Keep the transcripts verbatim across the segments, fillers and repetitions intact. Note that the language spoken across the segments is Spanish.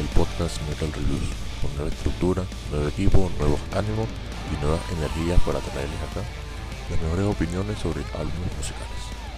el podcast Metal Reviews, con nueva estructura, nuevo equipo, nuevos ánimos y nuevas energías para traerles acá las mejores opiniones sobre álbumes musicales.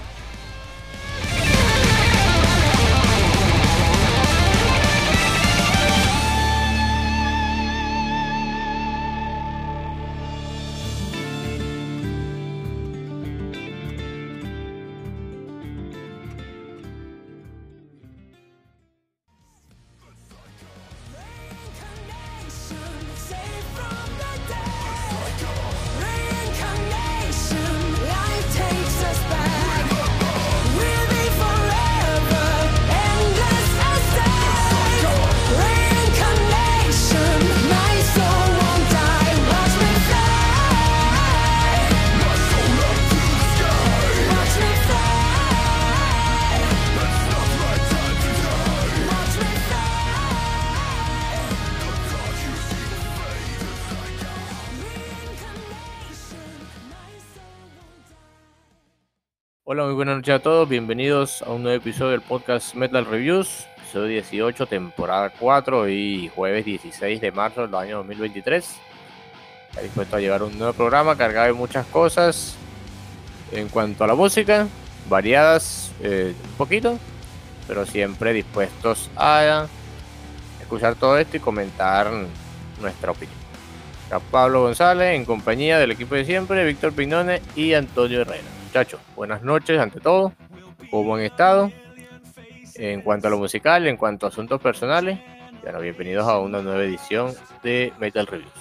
Hola, muy buenas noches a todos, bienvenidos a un nuevo episodio del podcast Metal Reviews, episodio dieciocho, temporada cuatro y jueves dieciséis de marzo del año dos mil veintitrés. Está dispuesto a llevar un nuevo programa cargado de muchas cosas en cuanto a la música, variadas eh, un poquito, pero siempre dispuestos a escuchar todo esto y comentar nuestra opinión. Acá Pablo González en compañía del equipo de siempre, Víctor Pignone y Antonio Herrera. Muchachos, buenas noches ante todo. ¿Cómo han estado? En cuanto a lo musical, en cuanto a asuntos personales, bueno, bienvenidos a una nueva edición de Metal Reviews.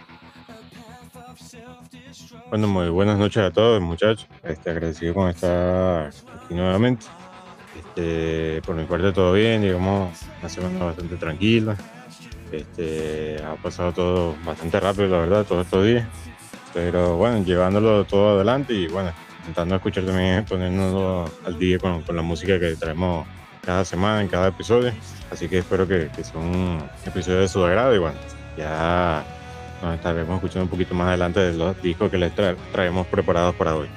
Bueno, muy buenas noches a todos, muchachos. Este, agradecido con estar aquí nuevamente. Este, por mi parte todo bien, digamos, una semana bastante tranquila. Este, ha pasado todo bastante rápido, la verdad, todos estos días. Pero bueno, llevándolo todo adelante y bueno, intentando escuchar también, poniéndolo al día con, con la música que traemos cada semana, en cada episodio. Así que espero que, que sea un episodio de su agrado y bueno, ya nos estaremos escuchando un poquito más adelante de los discos que les tra- traemos preparados para hoy.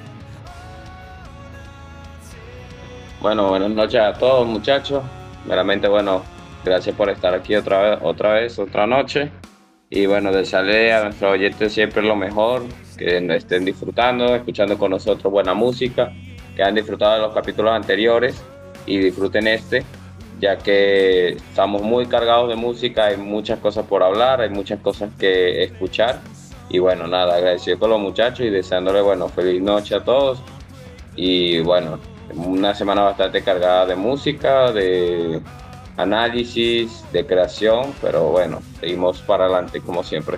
Bueno, buenas noches a todos, muchachos. Meramente, bueno, gracias por estar aquí otra vez, otra vez, otra noche. Y bueno, desearle a nuestros oyentes siempre lo mejor, que estén disfrutando, escuchando con nosotros buena música, que han disfrutado de los capítulos anteriores y disfruten este, ya que estamos muy cargados de música, hay muchas cosas por hablar, hay muchas cosas que escuchar. Y bueno, nada, agradecido con los muchachos y deseándole, bueno, feliz noche a todos. Y bueno, una semana bastante cargada de música, de análisis, de creación, pero bueno, seguimos para adelante como siempre.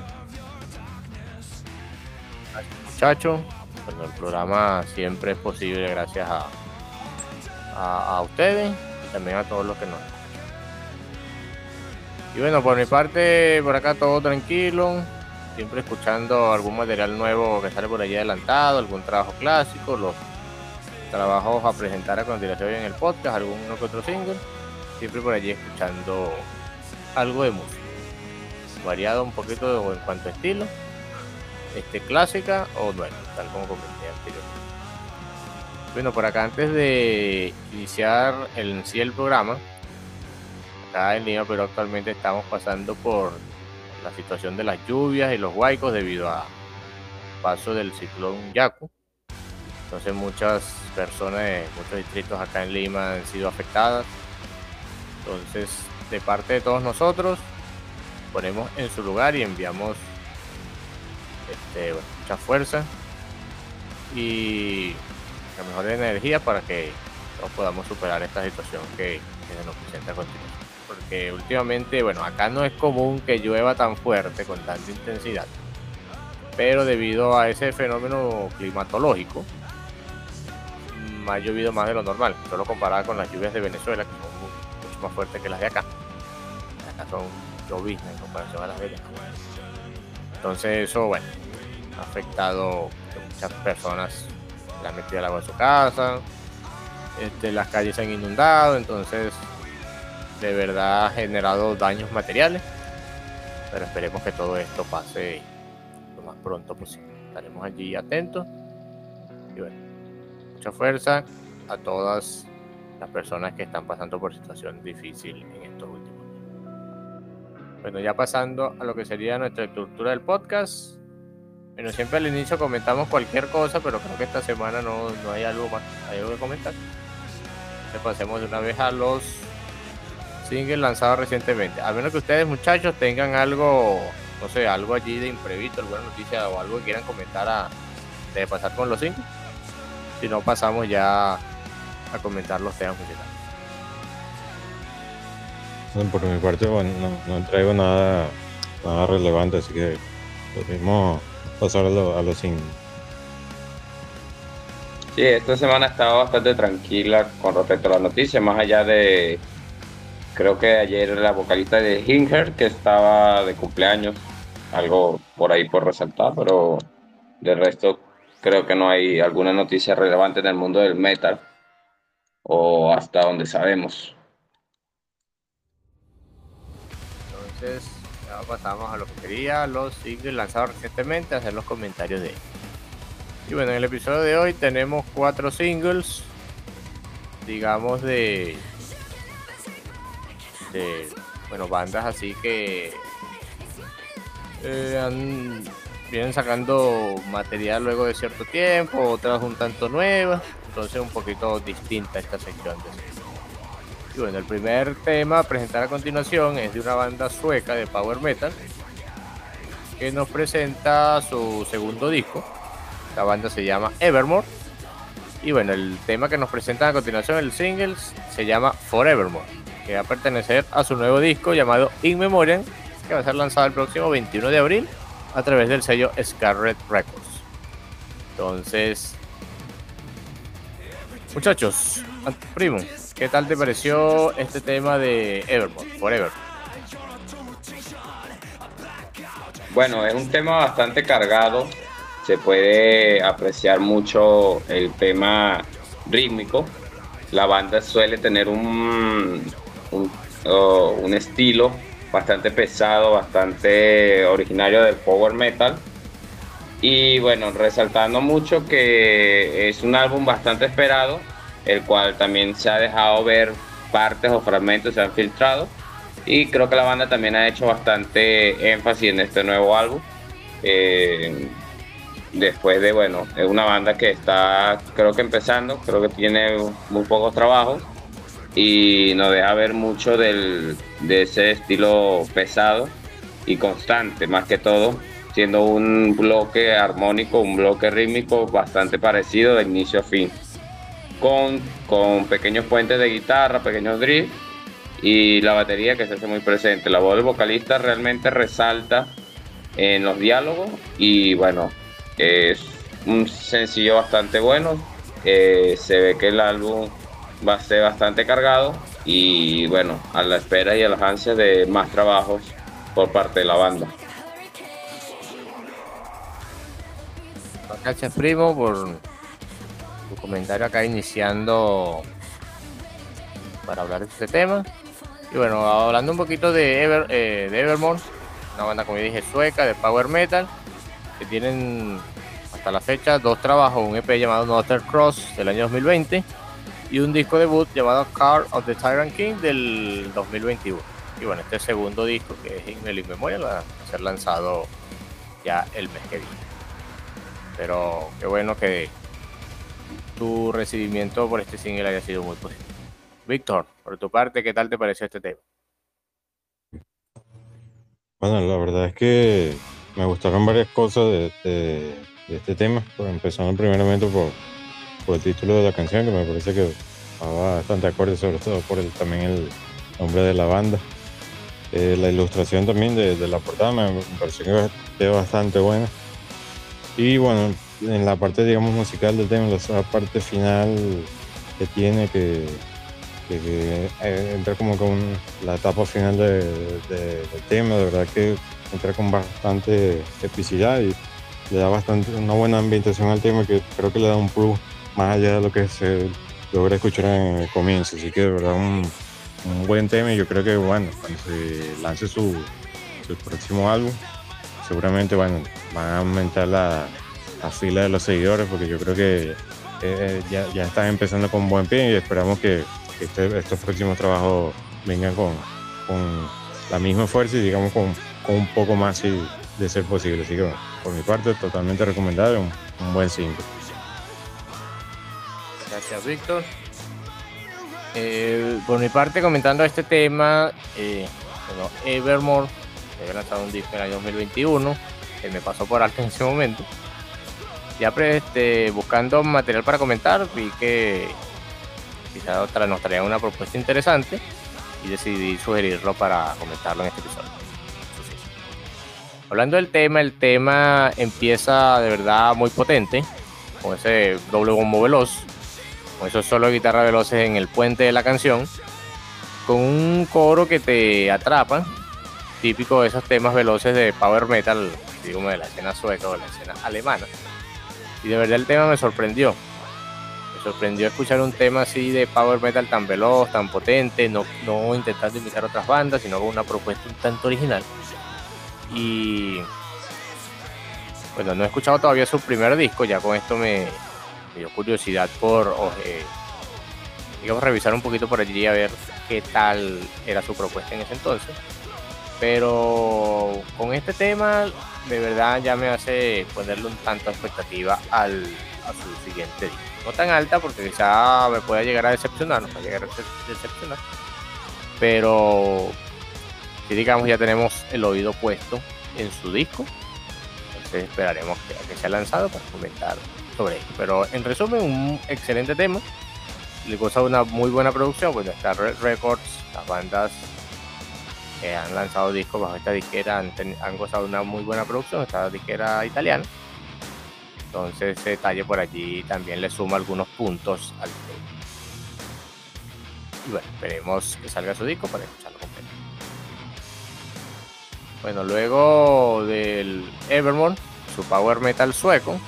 Muchachos, bueno, el programa siempre es posible gracias a, a, a ustedes y también a todos los que nos escuchan. Y bueno, por mi parte, por acá todo tranquilo, siempre escuchando algún material nuevo que sale por allí adelantado, algún trabajo clásico, los trabajos a presentar a continuación en el podcast, alguno que otro single, siempre por allí escuchando algo de música, variado un poquito en cuanto a estilo, este, clásica o nueva, tal como comenté anteriormente. Bueno, por acá antes de iniciar el, en sí el programa, acá en Lima, pero actualmente estamos pasando por la situación de las lluvias y los huaicos debido a paso del ciclón Yaku. Entonces muchas personas de muchos distritos acá en Lima han sido afectadas. Entonces, de parte de todos nosotros, ponemos en su lugar y enviamos este, bueno, mucha fuerza y la mejor energía para que todos podamos superar esta situación que, que se nos presenta a continuación. Porque últimamente, bueno, acá no es común que llueva tan fuerte, con tanta intensidad, pero debido a ese fenómeno climatológico, ha llovido más de lo normal, solo comparada con las lluvias de Venezuela, que son mucho más fuertes que las de acá. Acá son lloviznas en comparación a las de allá. Entonces eso, bueno, ha afectado a muchas personas, le han metido el agua a su casa, este, las calles se han inundado, entonces de verdad ha generado daños materiales, pero esperemos que todo esto pase lo más pronto posible. Estaremos allí atentos y bueno, mucha fuerza a todas las personas que están pasando por situación difícil en estos últimos días. Bueno, ya pasando a lo que sería nuestra estructura del podcast. Bueno, siempre al inicio comentamos cualquier cosa, pero creo que esta semana no, no hay algo más, hay algo que comentar. Entonces pasemos de una vez a los singles lanzados recientemente. A menos que ustedes, muchachos, tengan algo, no sé, algo allí de imprevisto, alguna noticia o algo que quieran comentar a, de pasar con los singles. Si no, pasamos ya a comentar los temas musicales. Por mi parte, bueno, no, no traigo nada, nada relevante, así que podemos pasar a, lo, a los singles. Sí, esta semana estaba bastante tranquila con respecto a las noticias, más allá de, creo que ayer la vocalista de Hinger, que estaba de cumpleaños, algo por ahí por resaltar, pero de resto creo que no hay alguna noticia relevante en el mundo del metal, o hasta donde sabemos. Entonces, ya pasamos a lo que quería, los singles lanzados recientemente, hacer los comentarios de ellos. Y bueno, en el episodio de hoy tenemos cuatro singles, digamos de, de bueno, bandas así que eh, han, vienen sacando material luego de cierto tiempo, otras un tanto nuevas, entonces un poquito distinta esta sección de singles. Y bueno, el primer tema a presentar a continuación es de una banda sueca de power metal que nos presenta su segundo disco. La banda se llama Evermore. Y bueno, el tema que nos presentan a continuación, el singles, se llama Forevermore, que va a pertenecer a su nuevo disco llamado In Memoriam, que va a ser lanzado el próximo veintiuno de abril a través del sello Scarlet Records. Entonces, muchachos, primo, ¿qué tal te pareció este tema de Evermore, Forever? Bueno, es un tema bastante cargado. Se puede apreciar mucho el tema rítmico. La banda suele tener un, un, uh, un estilo bastante pesado, bastante originario del power metal. Y bueno, resaltando mucho que es un álbum bastante esperado, el cual también se ha dejado ver partes o fragmentos, se han filtrado. Y creo que la banda también ha hecho bastante énfasis en este nuevo álbum. Eh, después de, bueno, es una banda que está, creo que empezando, creo que tiene muy pocos trabajos y nos deja ver mucho del, de ese estilo pesado y constante, más que todo, siendo un bloque armónico, un bloque rítmico bastante parecido de inicio a fin, con, con pequeños puentes de guitarra, pequeños drifts y la batería que se hace muy presente. La voz del vocalista realmente resalta en los diálogos y bueno, es un sencillo bastante bueno. Eh, se ve que el álbum va a ser bastante cargado y bueno, a la espera y a las ansias de más trabajos por parte de la banda. Gracias, primo, por tu comentario acá iniciando para hablar de este tema. Y bueno, hablando un poquito de, Ever, eh, de Evermore, una banda, como dije, sueca de power metal, que tienen hasta la fecha dos trabajos, un E P llamado Northern Cross del año dos mil veinte y un disco debut llamado Card of the Tyrant King del dos mil veintiuno. Y bueno, este segundo disco, que es In In Memoriam, va a ser lanzado ya el mes que viene. Pero qué bueno que tu recibimiento por este single haya sido muy positivo. Víctor, por tu parte, ¿qué tal te pareció este tema? Bueno, la verdad es que me gustaron varias cosas de, de, de este tema, pues empezando primeramente por, por el título de la canción, que me parece que va bastante acorde, sobre todo por el, también el nombre de la banda. Eh, la ilustración también de, de la portada me, me pareció que es bastante buena. Y bueno, en la parte, digamos, musical del tema, la parte final que tiene, que, que, que eh, entra como con la etapa final de, de, del tema, de verdad que entra con bastante epicidad y le da bastante una buena ambientación al tema, que creo que le da un plus más allá de lo que se logra escuchar en el comienzo. Así que de verdad un, un buen tema, y yo creo que bueno, cuando se lance su, su próximo álbum, seguramente bueno, van a aumentar la, la fila de los seguidores, porque yo creo que eh, ya, ya están empezando con buen pie y esperamos que, que este, estos próximos trabajos vengan con, con la misma fuerza y digamos con, con un poco más si, de ser posible. Así que bueno, por mi parte totalmente recomendable, un, un buen single. Gracias, Víctor. Eh, por mi parte, comentando este tema, eh, bueno, Evermore había lanzado un disco en el año dos mil veintiuno, que me pasó por alto en ese momento. Ya este, buscando material para comentar, vi que quizás otra nos traía una propuesta interesante y decidí sugerirlo para comentarlo en este episodio. Hablando del tema, el tema empieza de verdad muy potente, con ese doble bombo veloz, con esos solos de guitarra veloces en el puente de la canción, con un coro que te atrapa, típico de esos temas veloces de power metal, digamos de la escena sueca o de la escena alemana. Y de verdad el tema me sorprendió. Me sorprendió escuchar un tema así de power metal tan veloz, tan potente, no, no intentando imitar otras bandas, sino con una propuesta un tanto original. Y bueno, no he escuchado todavía su primer disco, ya con esto me, me dio curiosidad por eh, digamos revisar un poquito por allí a ver qué tal era su propuesta en ese entonces. Pero con este tema de verdad ya me hace ponerle un tanto expectativa al, a su siguiente disco. No tan alta porque quizá me pueda llegar a decepcionar, no puede llegar a decepcionar, pero si digamos ya tenemos el oído puesto en su disco, entonces esperaremos que, que sea lanzado para comentar sobre esto. Pero en resumen, un excelente tema, le goza de una muy buena producción. Bueno, está Red Records, las bandas que han lanzado discos bajo esta disquera han, ten, han gozado de una muy buena producción, esta disquera italiana. Entonces ese detalle por allí también le suma algunos puntos al tema. Y bueno, esperemos que salga su disco para escucharlo completo. Bueno, luego del Evermore, su power metal sueco,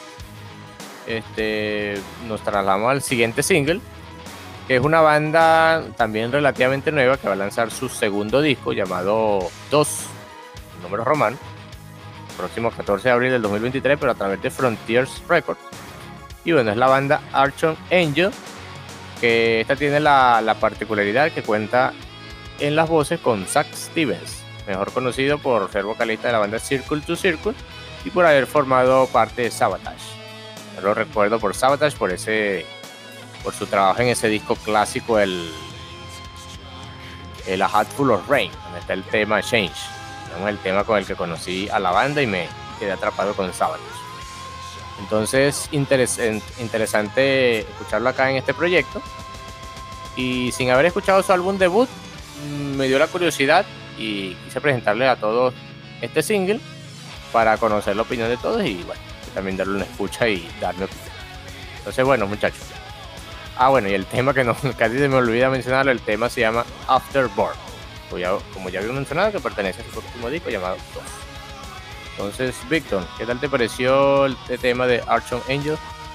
este, nos trasladamos al siguiente single, que es una banda también relativamente nueva que va a lanzar su segundo disco llamado dos, número romano, próximo catorce de abril del dos mil veintitrés, pero a través de Frontiers Records. Y bueno, es la banda Archon Angel, que esta tiene la, la particularidad que cuenta en las voces con Zach Stevens, mejor conocido por ser vocalista de la banda Circle to Circle y por haber formado parte de Sabotage. Yo lo recuerdo por Sabotage, por ese, por su trabajo en ese disco clásico, el, el A Hatful of Rain, donde está el tema Change, el tema con el que conocí a la banda y me quedé atrapado con Sabotage. Entonces, interes interesante escucharlo acá en este proyecto. Y sin haber escuchado su álbum debut, me dio la curiosidad y quise presentarle a todos este single para conocer la opinión de todos y bueno, también darle una escucha y darme opinión. Entonces, bueno, muchachos. Ah, bueno, y el tema que no, casi se me olvida mencionarlo, el tema se llama Afterburn, como ya, como ya había mencionado, que pertenece a su último disco llamado dos. Entonces, Víctor, ¿qué tal te pareció el tema de Archon Angel?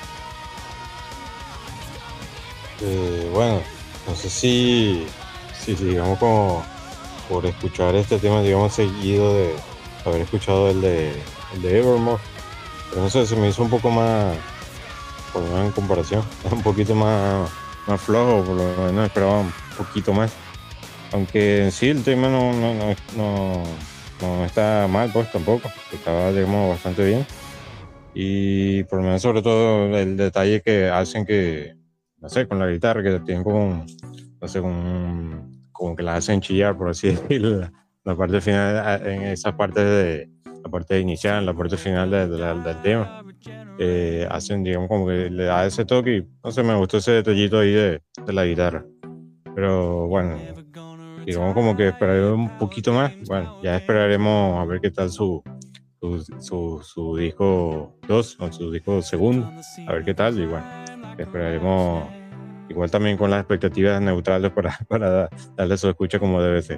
Eh, bueno, no sé si, si digamos como por escuchar este tema, digamos, seguido de haber escuchado el de, el de Evermore, pero no sé, se me hizo un poco más, por lo menos en comparación, un poquito más, más flojo, por lo menos esperaba un poquito más, aunque en sí el tema no, no, no, no, no está mal, pues tampoco, estaba, digamos, bastante bien, y por lo menos sobre todo el detalle que hacen que, no sé, con la guitarra, que tienen como, no sé, como, como que la hacen chillar, por así decirlo, la, la parte final, en esa parte de, la parte inicial, la parte final de, de la, del tema, eh, hacen, digamos, como que le da ese toque y, no sé, me gustó ese detallito ahí de, de la guitarra, pero bueno, digamos como que esperaré un poquito más, bueno, ya esperaremos a ver qué tal su, su, su, su disco dos, o su disco segundo, a ver qué tal, y bueno, esperaremos igual también con las expectativas neutrales para, para darle su escucha como debe ser.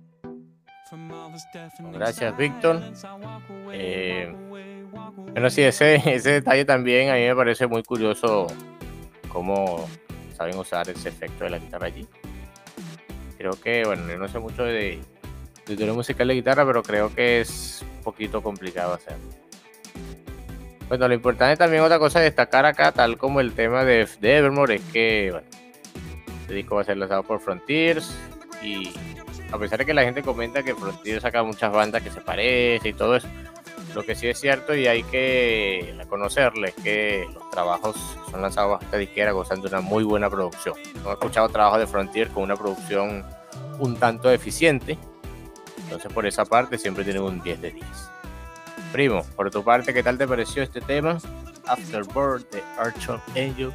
Gracias, Víctor. Eh, bueno, sí, ese, ese detalle también a mí me parece muy curioso, cómo saben usar ese efecto de la guitarra allí. Creo que, bueno, yo no sé mucho de, de teoría musical de guitarra, pero creo que es un poquito complicado hacerlo. Bueno, lo importante también, otra cosa a destacar acá, tal como el tema de, de Evermore, es que, bueno, este disco va a ser lanzado por Frontiers y a pesar de que la gente comenta que Frontier saca muchas bandas que se parecen y todo eso, lo que sí es cierto y hay que reconocerle es que los trabajos son lanzados bajo esta disquera gozando de una muy buena producción. No he escuchado trabajos de Frontier con una producción un tanto eficiente, entonces por esa parte siempre tienen un diez de diez. Primo, por tu parte, ¿qué tal te pareció este tema? Afterbirth de Archangel.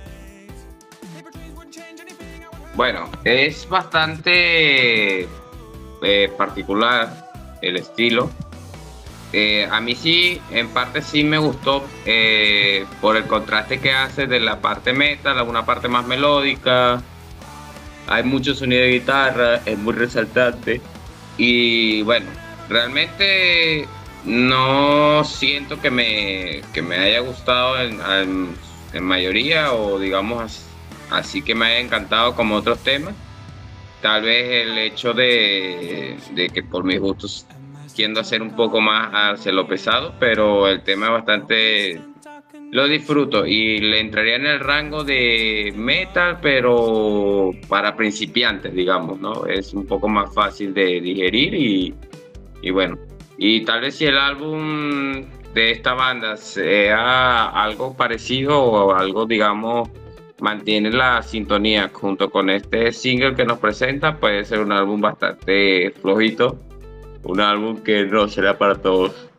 Bueno, es bastante eh, particular el estilo. Eh, a mí sí, en parte sí me gustó eh, por el contraste que hace de la parte metal a una parte más melódica. Hay mucho sonido de guitarra, es muy resaltante. Y bueno, realmente no siento que me, que me haya gustado en, en, en mayoría, o digamos así que me haya encantado como otros temas. Tal vez el hecho de, de que por mis gustos tiendo a ser un poco más hacia lo pesado, pero el tema es bastante... lo disfruto y le entraría en el rango de metal, pero para principiantes, digamos, ¿no? Es un poco más fácil de digerir y, y bueno. Y tal vez si el álbum de esta banda sea algo parecido o algo, digamos, mantiene la sintonía junto con este single que nos presenta, puede ser un álbum bastante flojito. Un álbum que no será para todos.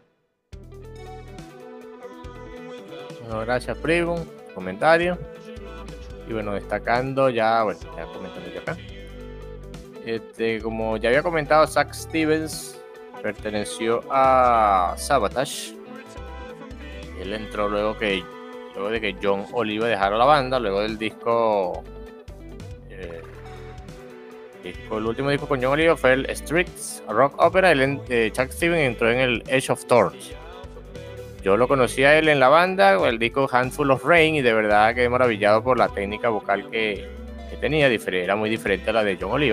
Bueno, gracias, primo. Comentario. Y bueno, destacando ya, bueno, ya comentando yo acá. Este, como ya había comentado, Zach Stevens perteneció a Sabotage. Él entró luego que luego de que John Oliva dejara la banda, luego del disco. Eh, disco el último disco con John Oliva fue el Strix Rock Opera. El, eh, Chuck Stevens entró en el Edge of Thorns. Yo lo conocí a él en la banda, el disco Handful of Rain, y de verdad quedé maravillado por la técnica vocal que, que tenía, era muy diferente a la de John Oliva.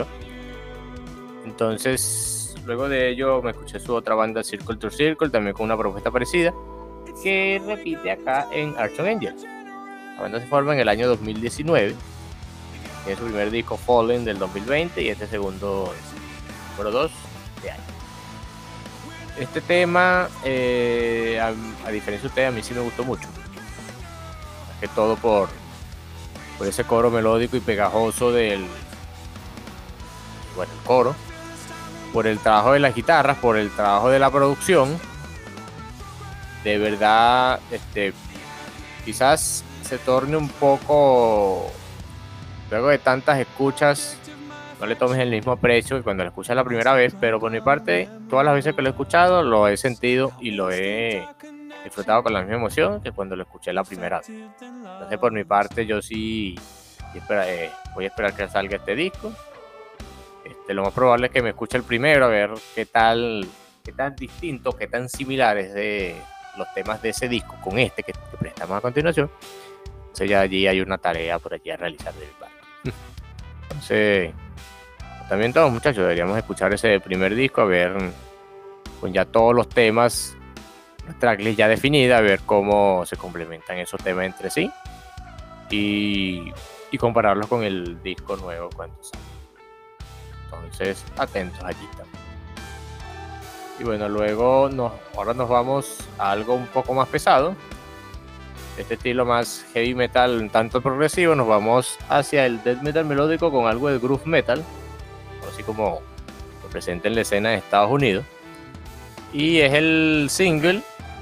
Entonces, luego de ello me escuché su otra banda, Circle to Circle, también con una propuesta parecida, que repite acá en Archangel. La banda se forma en el año dos mil diecinueve, tiene su primer disco Fallen del dos mil veinte y este segundo es número dos de año. Este tema, eh, a, a diferencia de ustedes, a mí sí me gustó mucho. Más que todo por, por ese coro melódico y pegajoso del bueno, el coro, por el trabajo de las guitarras, por el trabajo de la producción. De verdad, este, quizás se torne un poco, luego de tantas escuchas, no le tomes el mismo aprecio que cuando lo escuchas la primera vez, pero por mi parte, todas las veces que lo he escuchado, lo he sentido y lo he disfrutado con la misma emoción que cuando lo escuché la primera vez. Entonces, por mi parte, yo sí espera, eh, voy a esperar que salga este disco. Este, lo más probable es que me escuche el primero, a ver qué tal, qué tan distinto, qué tan similares de los temas de ese disco con este que, que presentamos a continuación. Entonces, ya allí hay una tarea por allí a realizar de mi parte. Entonces, también todos muchachos deberíamos escuchar ese primer disco, a ver con ya todos los temas, la tracklist ya definida, a ver cómo se complementan esos temas entre sí y, y compararlos con el disco nuevo cuando sale. Entonces, atentos allí también. Y bueno, luego nos, ahora nos vamos a algo un poco más pesado. Este estilo más heavy metal, un tanto progresivo, nos vamos hacia el death metal melódico con algo de groove metal, así como lo presenta en la escena de Estados Unidos. Y es el single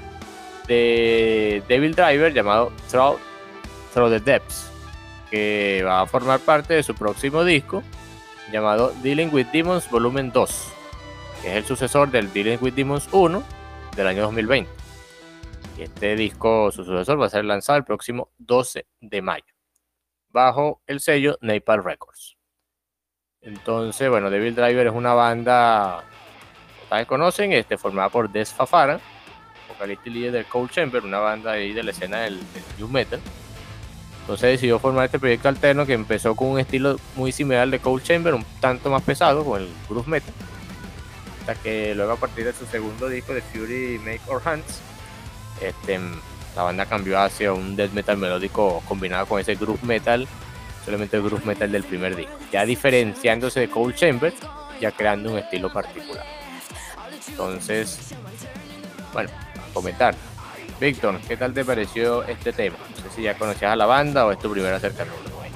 de Devil Driver llamado Through, Through the Depths, que va a formar parte de su próximo disco llamado Dealing with Demons Volumen dos, que es el sucesor del Dealing with Demons uno del año dos mil veinte. Y este disco, su sucesor, va a ser lanzado el próximo doce de mayo bajo el sello Napalm Records. Entonces, bueno, Devil Driver es una banda, ustedes conocen, este, formada por Des Fafara, vocalista y líder del Cold Chamber, una banda ahí de la escena del, del new metal. Entonces decidió formar este proyecto alterno que empezó con un estilo muy similar al de Cold Chamber, un tanto más pesado, con el groove metal, hasta que luego, a partir de su segundo disco de Fury Make Our Hands, este, la banda cambió hacia un death metal melódico combinado con ese groove metal, solamente el groove metal del primer disco, ya diferenciándose de Cold Chamber ya creando un estilo particular. Entonces, bueno, a comentar. Víctor, ¿qué tal te pareció este tema? No sé si ya conocías a la banda o es tu primer acercamiento con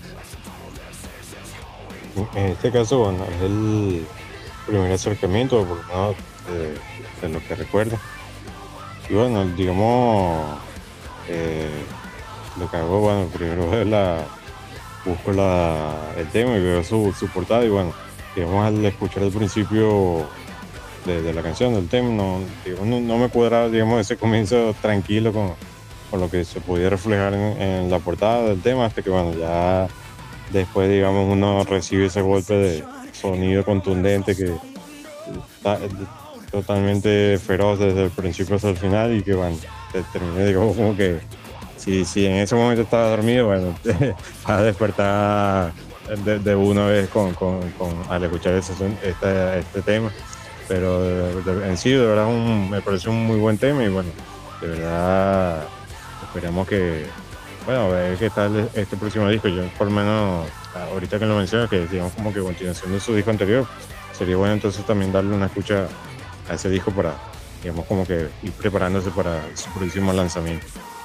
ellos. En este caso, bueno, es el primer acercamiento, por lo menos de, de lo que recuerdo. Y bueno, digamos, eh, lo que hago, bueno, primero es la, busco la, el tema y veo su, su portada y bueno, digamos, al escuchar el principio de, de la canción, del tema, no, digamos, no, no me cuadraba, digamos, ese comienzo tranquilo con, con lo que se podía reflejar en, en la portada del tema, hasta que, bueno, ya después, digamos, uno recibe ese golpe de sonido contundente que está totalmente feroz desde el principio hasta el final y que, bueno, te terminé, digamos, como que si, si en ese momento estaba dormido, bueno, te vas a despertar de, de una vez con, con, con, al escuchar ese, este, este tema. Pero de, de, en sí, de verdad, un, me pareció un muy buen tema y bueno, de verdad, esperamos que, bueno, a ver qué tal este próximo disco. Yo, por lo menos, ahorita que lo mencionas, que digamos como que continuación de su disco anterior, sería bueno entonces también darle una escucha a ese disco para, digamos, como que ir preparándose para su próximo lanzamiento.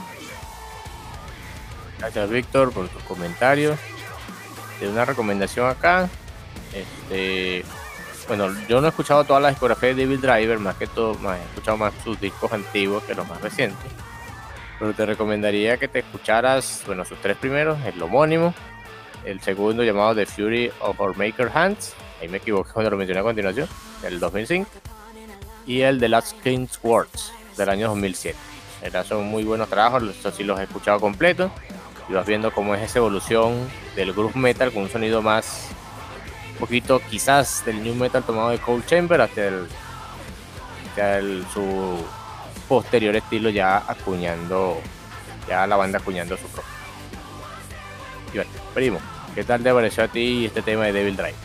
Gracias, Víctor, por tus comentarios. De una recomendación acá, este, bueno, yo no he escuchado toda la discografía de Devil Driver, más que todo, más, he escuchado más sus discos antiguos que los más recientes, pero te recomendaría que te escucharas, bueno, sus tres primeros, el homónimo, el segundo llamado The Fury of Our Maker Hands, ahí me equivoqué cuando lo mencioné a continuación, del dos mil cinco, y el The Last King's Words, del año dos mil siete. Eran son muy buenos trabajos, estos sí los he escuchado completos, y vas viendo cómo es esa evolución del groove metal con un sonido más, un poquito quizás del new metal tomado de Cold Chamber hasta el, hasta el su posterior estilo ya acuñando, ya la banda acuñando su propio. Y bueno, primo, ¿qué tal te pareció a ti este tema de Devil Drive?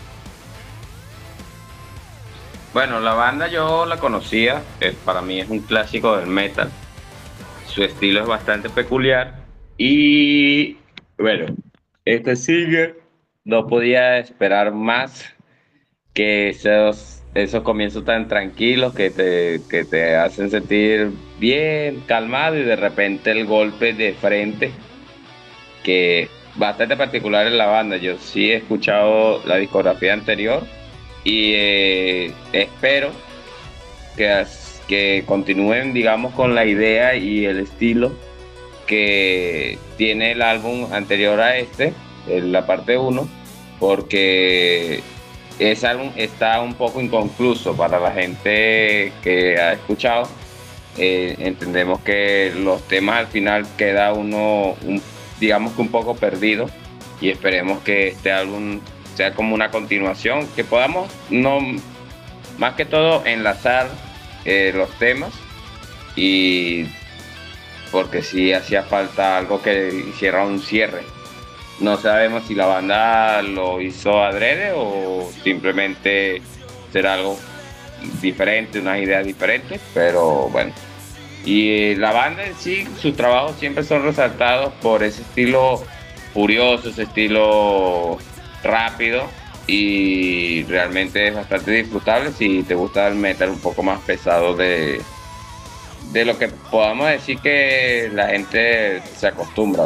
Bueno, la banda yo la conocía, eh, para mí es un clásico del metal, su estilo es bastante peculiar y bueno, este single no podía esperar más que esos, esos comienzos tan tranquilos que te, que te hacen sentir bien, calmado y de repente el golpe de frente que bastante particular en la banda. Yo sí he escuchado la discografía anterior y eh, espero que, que continúen, digamos, con la idea y el estilo que tiene el álbum anterior a este, la parte uno, porque ese álbum está un poco inconcluso para la gente que ha escuchado. Eh, entendemos que los temas al final queda uno, un, digamos que un poco perdido, y esperemos que este álbum sea como una continuación, que podamos, no, más que todo, enlazar eh, los temas, y porque sí hacía falta algo que hiciera un cierre. No sabemos si la banda lo hizo adrede o simplemente será algo diferente, unas ideas diferentes, pero bueno. Y la banda en sí, sus trabajos siempre son resaltados por ese estilo furioso, ese estilo rápido, y realmente es bastante disfrutable si te gusta el metal un poco más pesado de, de lo que podamos decir que la gente se acostumbra.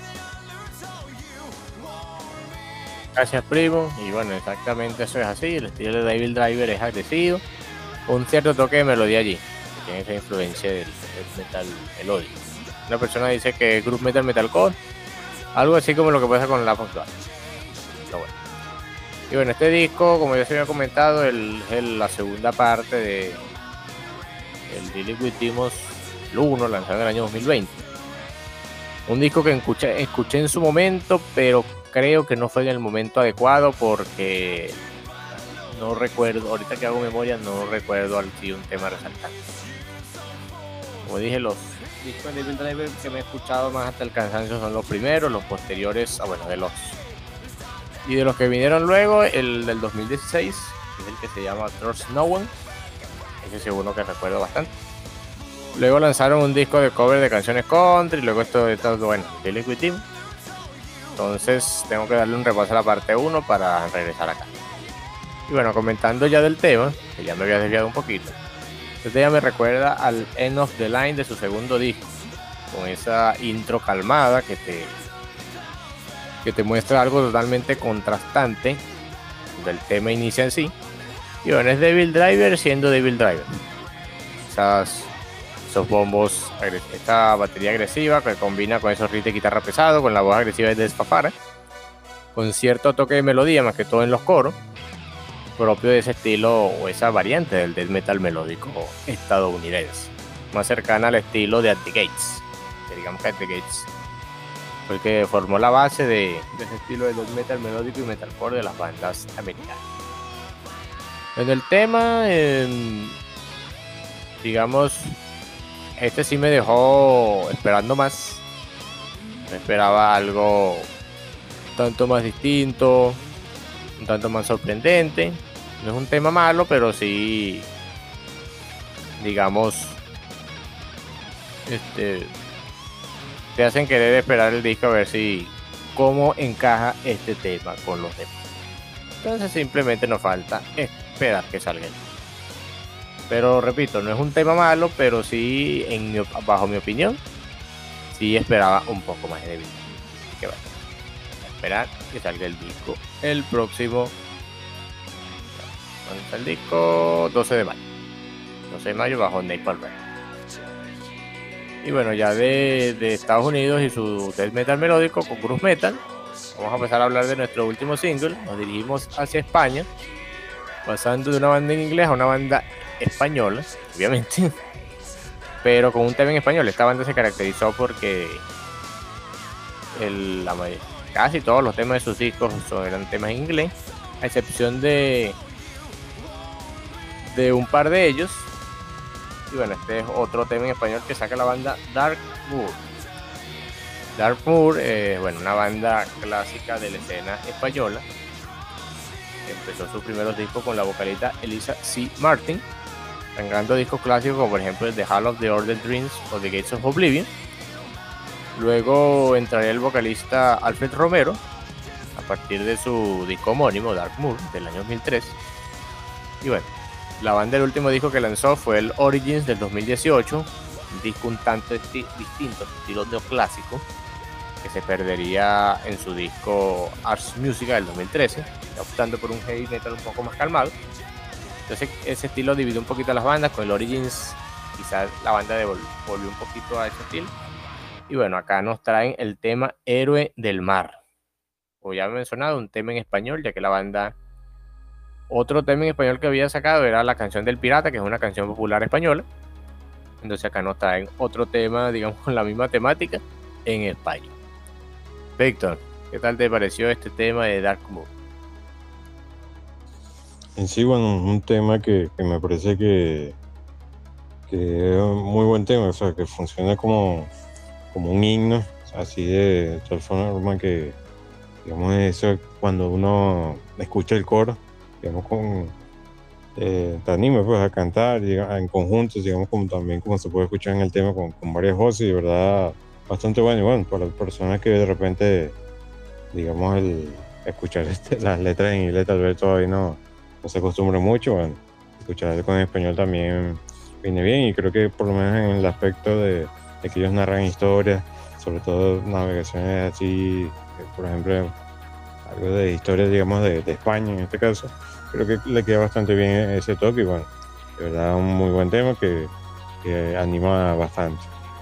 Gracias, primo. Y bueno, exactamente eso es así. El estilo de Devil Driver es agresivo, un cierto toque de melodía allí, que tiene esa influencia del, del metal melódico. Una persona dice que es groove metal metalcore, algo así como lo que pasa con la actual. Pero bueno. Y bueno, este disco, como ya se había comentado, es el, el, la segunda parte de el Dealing with Demons uno, lanzado en el año dos mil veinte. Un disco que escuché, escuché en su momento, pero creo que no fue en el momento adecuado porque no recuerdo, ahorita que hago memoria, no recuerdo al sí un tema resaltante. Como dije, los discos de Devil Driver que me he escuchado más hasta el cansancio son los primeros, los posteriores, ah, bueno, de los y de los que vinieron luego, el del dos mil dieciséis, que es el que se llama Trust No One, ese es uno que recuerdo bastante. Luego lanzaron un disco de cover de canciones country, luego esto, esto bueno, Dealing with Demons. Entonces tengo que darle un repaso a la parte uno para regresar acá. Y bueno, comentando ya del tema, que ya me había desviado un poquito, este tema me recuerda al End of the Line de su segundo disco, con esa intro calmada que te, que te muestra algo totalmente contrastante del tema inicia en sí. Y bueno, es Devil Driver siendo Devil Driver. Esas, esos bombos, esta batería agresiva que combina con esos riffs de guitarra pesado, con la voz agresiva de Desfafara, con cierto toque de melodía, más que todo en los coros, propio de ese estilo o esa variante del death metal melódico estadounidense, más cercana al estilo de At the Gates, que digamos que At the Gates fue el que formó la base de, de ese estilo de death metal melódico y metalcore de las bandas americanas. En el tema, eh, digamos, este sí me dejó esperando más. Me esperaba algo un tanto más distinto, un tanto más sorprendente. No es un tema malo, pero sí, digamos, este, te hacen querer esperar el disco a ver si cómo encaja este tema con los demás. Entonces simplemente nos falta esperar que salga el disco. Pero repito, no es un tema malo, pero sí, en mi, bajo mi opinión, sí esperaba un poco más de vida. Así que bueno, a esperar que salga el disco el próximo. ¿Cuándo está el disco? doce de mayo. doce de mayo bajo Napalm Records. Y bueno, ya de, de Estados Unidos y su death metal melódico con Cruz Metal, vamos a empezar a hablar de nuestro último single. Nos dirigimos hacia España, pasando de una banda en inglés a una banda española, obviamente, pero con un tema en español. Esta banda se caracterizó porque el, la, casi todos los temas de sus discos son, eran temas en inglés, a excepción de de un par de ellos. Y bueno, este es otro tema en español que saca la banda Dark Moor. Dark Moor, eh, bueno, una banda clásica de la escena española. Empezó sus primeros discos con la vocalista Elisa C. Martin, sacando discos clásicos como por ejemplo The Hall of the Ordered Dreams o The Gates of Oblivion. Luego entraría el vocalista Alfred Romero a partir de su disco homónimo Dark Moor del año dos mil tres. Y bueno, la banda, el último disco que lanzó fue el Origins del dos mil dieciocho, un disco un tanto esti- distinto, estilo neoclásico, que se perdería en su disco Ars Musica del dos mil trece, optando por un heavy metal un poco más calmado. Entonces ese estilo dividió un poquito a las bandas. Con el Origins quizás la banda devol- volvió un poquito a ese estilo. Y bueno, acá nos traen el tema Héroe del Mar. Como ya he mencionado, un tema en español, ya que la banda, otro tema en español que había sacado era La Canción del Pirata, que es una canción popular española. Entonces acá nos traen otro tema, digamos, con la misma temática en España. Víctor, ¿qué tal te pareció este tema de Dark Moor? En sí, bueno, un tema que, que me parece que, que es un muy buen tema, o sea, que funciona como, como un himno, así de, de tal forma que, digamos, eso cuando uno escucha el coro, digamos, con, eh, te anima pues a cantar digamos, en conjunto, digamos, como también como se puede escuchar en el tema con, con varias voces, y de verdad bastante bueno. Y bueno, para las personas que de repente, digamos, el escuchar este, las letras en inglés tal vez todavía no, no se acostumbra mucho, bueno, escuchar con español también viene bien, y creo que por lo menos en el aspecto de, de que ellos narran historias, sobre todo navegaciones así, por ejemplo, algo de historia, digamos, de, de España en este caso, creo que le queda bastante bien ese toque, y bueno, de verdad un muy buen tema que, que anima bastante.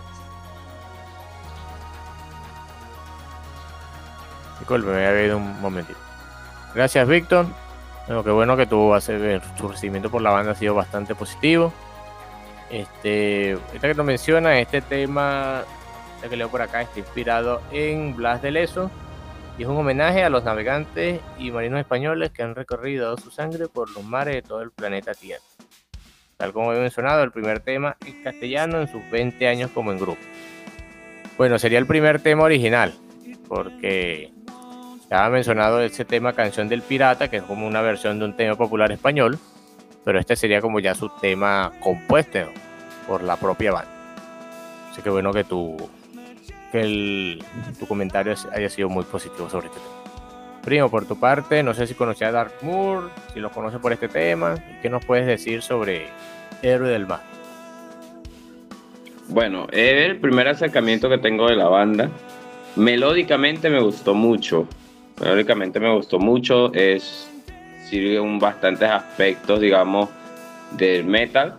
Disculpe, me había ido un momentito. Gracias, Víctor. Bueno, qué bueno que tu, tu recibimiento por la banda ha sido bastante positivo. Este, ahorita que lo menciona, este tema que leo por acá está inspirado en Blas de Lezo y es un homenaje a los navegantes y marinos españoles que han recorrido su sangre por los mares de todo el planeta Tierra. Tal como he mencionado, el primer tema en castellano en sus veinte años como en grupo. Bueno, sería el primer tema original, porque ya ha mencionado ese tema Canción del Pirata, que es como una versión de un tema popular español, pero este sería como ya su tema compuesto por la propia banda. Así que bueno que tu, que el, tu comentario haya sido muy positivo sobre este tema. Primo, por tu parte, no sé si conocías a Darkmoor, si lo conoces por este tema, ¿y qué nos puedes decir sobre Héroe del Mar? Bueno, es el primer acercamiento que tengo de la banda. Melódicamente me gustó mucho. Melódicamente me gustó mucho. Es sirve un bastantes aspectos, digamos, del metal,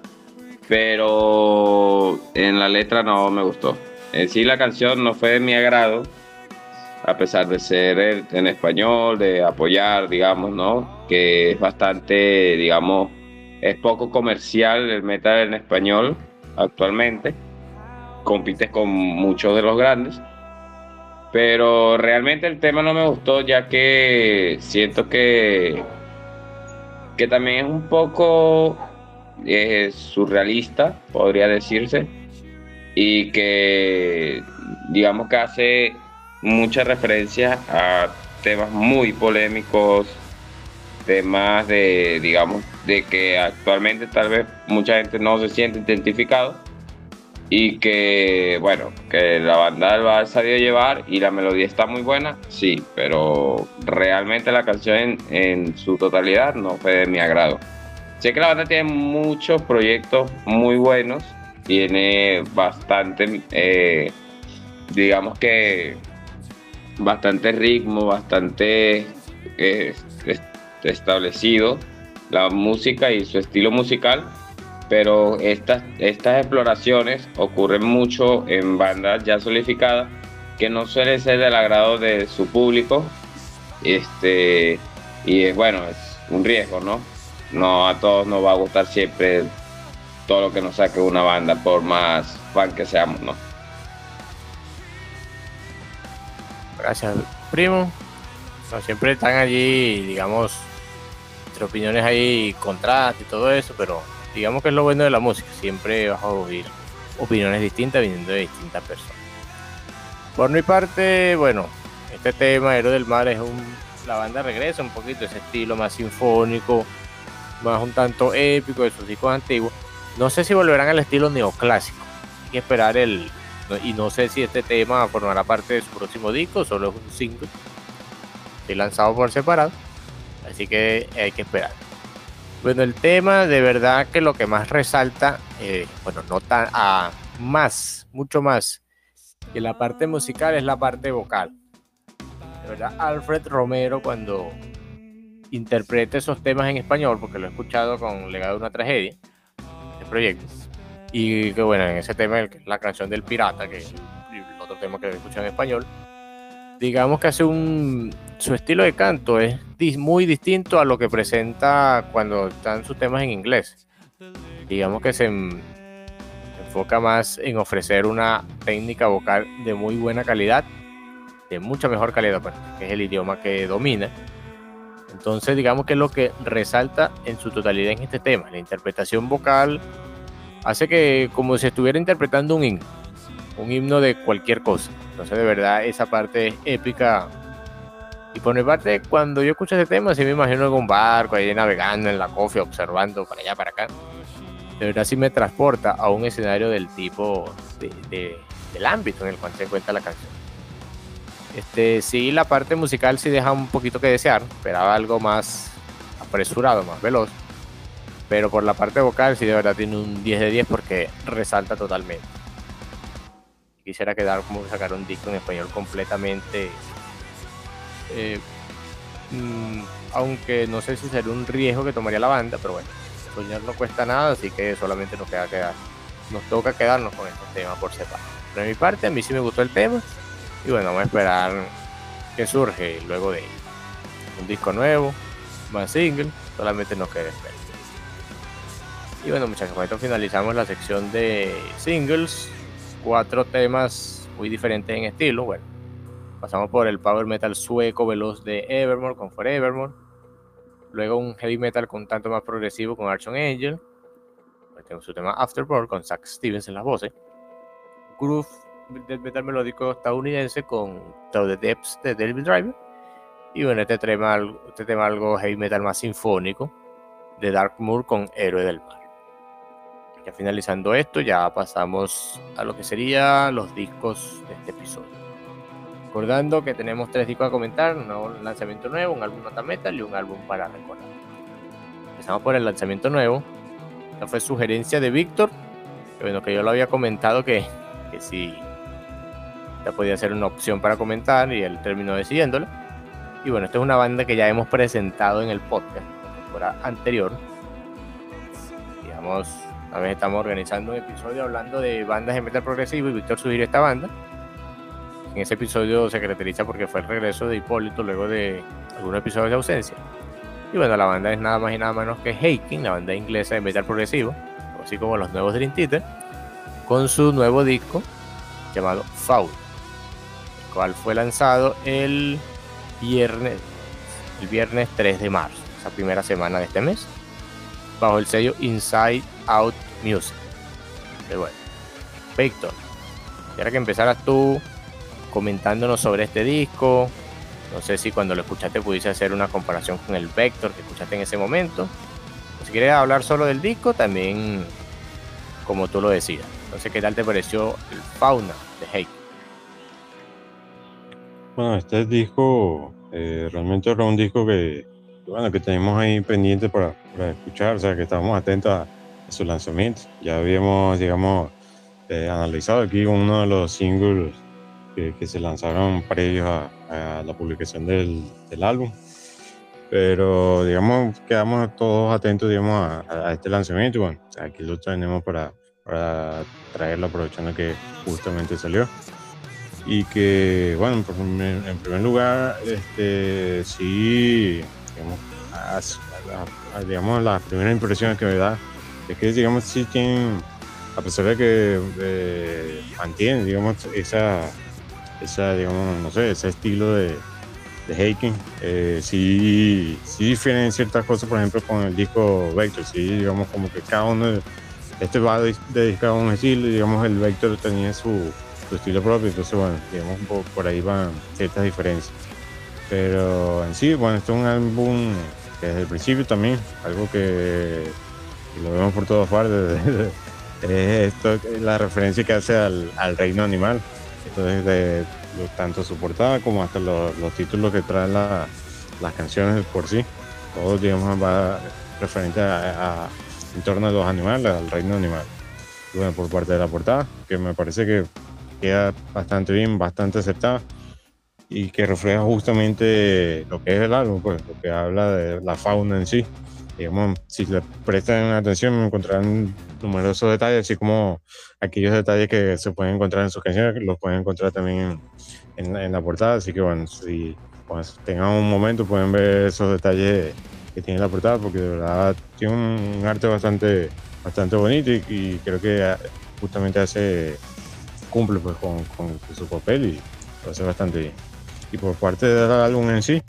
pero en la letra no me gustó. En sí la canción no fue de mi agrado, a pesar de ser en español, de apoyar, digamos, ¿no? Que es bastante, digamos, es poco comercial el metal en español actualmente. Compites con muchos de los grandes, pero realmente el tema no me gustó, ya que siento que, que también es un poco eh, surrealista, podría decirse, y que digamos que hace muchas referencias a temas muy polémicos, temas de, digamos, de que actualmente tal vez mucha gente no se siente identificado, y que, bueno, que la banda lo ha sabido llevar y la melodía está muy buena, sí, pero realmente la canción en, en su totalidad no fue de mi agrado. Sé que la banda tiene muchos proyectos muy buenos, tiene bastante, eh, digamos que, bastante ritmo, bastante eh, establecido la música y su estilo musical, pero estas, estas exploraciones ocurren mucho en bandas ya solidificadas que no suelen ser del agrado de su público, este, y es bueno, es un riesgo, ¿no? No a todos nos va a gustar siempre todo lo que nos saque una banda, por más fan que seamos, ¿no? Gracias, primo. No, siempre están allí, digamos, entre opiniones ahí, contrastes y todo eso, pero digamos que es lo bueno de la música. Siempre vas a oír opiniones distintas viniendo de distintas personas. Por mi parte, bueno, este tema, Héroe del Mar, es un... La banda regresa un poquito a ese estilo más sinfónico, más un tanto épico de sus discos antiguos. No sé si volverán al estilo neoclásico. Hay que esperar el... Y no sé si este tema formará parte de su próximo disco, solo es un single que lanzado por separado, así que hay que esperar. Bueno, el tema de verdad que lo que más resalta, eh, bueno, no tan, a más, mucho más que la parte musical, es la parte vocal. De verdad, Alfred Romero, cuando interpreta esos temas en español, porque lo he escuchado con Legado de una Tragedia, este proyecto, y que bueno, en ese tema, la canción del pirata, que es el otro tema que he escuchado en español, digamos que hace un... Su estilo de canto es muy distinto a lo que presenta cuando están sus temas en inglés. Digamos que se enfoca más en ofrecer una técnica vocal de muy buena calidad, de mucha mejor calidad, que es el idioma que domina. Entonces, digamos que es lo que resalta en su totalidad en este tema. La interpretación vocal hace que como si estuviera interpretando un himno, un himno de cualquier cosa. Entonces, de verdad, esa parte es épica. Y por mi parte, cuando yo escucho ese tema, sí me imagino en un barco, ahí navegando en la cofia, observando para allá, para acá. De verdad sí me transporta a un escenario del tipo, de, de, del ámbito en el cual se encuentra la canción. Este, sí, la parte musical sí deja un poquito que desear. Esperaba algo más apresurado, más veloz. Pero por la parte vocal sí de verdad tiene un diez de diez porque resalta totalmente. Quisiera quedar como sacar un disco en español completamente... Eh, mmm, aunque no sé si sería un riesgo que tomaría la banda, pero bueno, soñar no cuesta nada, así que solamente nos queda quedar, nos toca quedarnos con estos temas por separado. Pero de mi parte, a mí sí me gustó el tema, y bueno, vamos a esperar que surge luego de un disco nuevo, más single, solamente nos queda esperar. Y bueno, muchachos, con esto finalizamos la sección de singles, cuatro temas muy diferentes en estilo. Bueno, pasamos por el power metal sueco veloz de Evermore con Forevermore. Luego un heavy metal con tanto más progresivo con Archon Angel. Pues tengo su tema Afterburn con Zach Stevens en las voces. Groove death metal melódico estadounidense con To the Depths de Devil Driver. Y bueno, este tema, este tema algo heavy metal más sinfónico de Darkmoor con Héroe del Mar. Ya finalizando esto, ya pasamos a lo que serían los discos de este episodio. Recordando que tenemos tres discos a comentar, un lanzamiento nuevo, un álbum nota metal y un álbum para recordar. Empezamos por el lanzamiento nuevo. Esta fue sugerencia de Víctor, que, bueno, que yo lo había comentado que, que sí, esta podía ser una opción para comentar y él terminó decidiéndolo. Y bueno, esta es una banda que ya hemos presentado en el podcast, en la temporada anterior. Digamos, una vez estamos organizando un episodio hablando de bandas de metal progresivo y Víctor sugirió esta banda. En ese episodio se caracteriza porque fue el regreso de Hipólito luego de algunos episodios de ausencia. Y bueno, la banda es nada más y nada menos que Haken, la banda inglesa de metal progresivo, así como los nuevos Dream Theater, con su nuevo disco llamado Fauna, el cual fue lanzado el viernes, el viernes tres de marzo, esa primera semana de este mes, bajo el sello Inside Out Music. Pero bueno, Víctor, quisiera que empezaras tú comentándonos sobre este disco. No sé si cuando lo escuchaste pudiste hacer una comparación con el Vector que escuchaste en ese momento. O si quieres hablar solo del disco, también como tú lo decidas. Entonces, ¿qué tal te pareció el Fauna de Haken? Bueno, este disco eh, realmente era un disco que, bueno, que tenemos ahí pendiente para, para escuchar, o sea, que estábamos atentos a, a su lanzamiento. Ya habíamos, digamos, eh, analizado aquí uno de los singles que, que se lanzaron previos a, a la publicación del, del álbum. Pero, digamos, quedamos todos atentos, digamos, a, a este lanzamiento. Bueno, aquí lo tenemos para, para traerlo, aprovechando que justamente salió. Y que, bueno, en primer lugar, este, sí, digamos, as, a, a, digamos, las primeras impresiones que me da es que, digamos, sí tienen, a pesar de que eh, mantienen, digamos, esa, esa, digamos, no sé, ese estilo de, de Haken, eh, sí, sí difieren ciertas cosas, por ejemplo, con el disco Vector, sí, digamos, como que cada uno, este va dedicado a un estilo, y, digamos, el Vector tenía su su estilo propio, entonces bueno, digamos por, por ahí van ciertas diferencias, pero en sí, bueno, esto es un álbum que desde el principio también, algo que, que lo vemos por todas partes, es esto, la referencia que hace al, al reino animal, entonces de, de tanto su portada como hasta los, los títulos que traen la, las canciones por sí, todo digamos va referente a, a en torno a los animales, al reino animal. Y bueno, por parte de la portada, que me parece que queda bastante bien, bastante acertada y que refleja justamente lo que es el álbum, pues, lo que habla de la fauna en sí. Digamos, si le prestan atención encontrarán numerosos detalles, así como aquellos detalles que se pueden encontrar en sus canciones, los pueden encontrar también en, en, en la portada, así que bueno, si pues, tengan un momento pueden ver esos detalles que tiene la portada, porque de verdad tiene un, un arte bastante, bastante bonito y, y creo que justamente hace cumple pues con, con su papel y lo hace bastante bien. Y por parte del álbum en sí,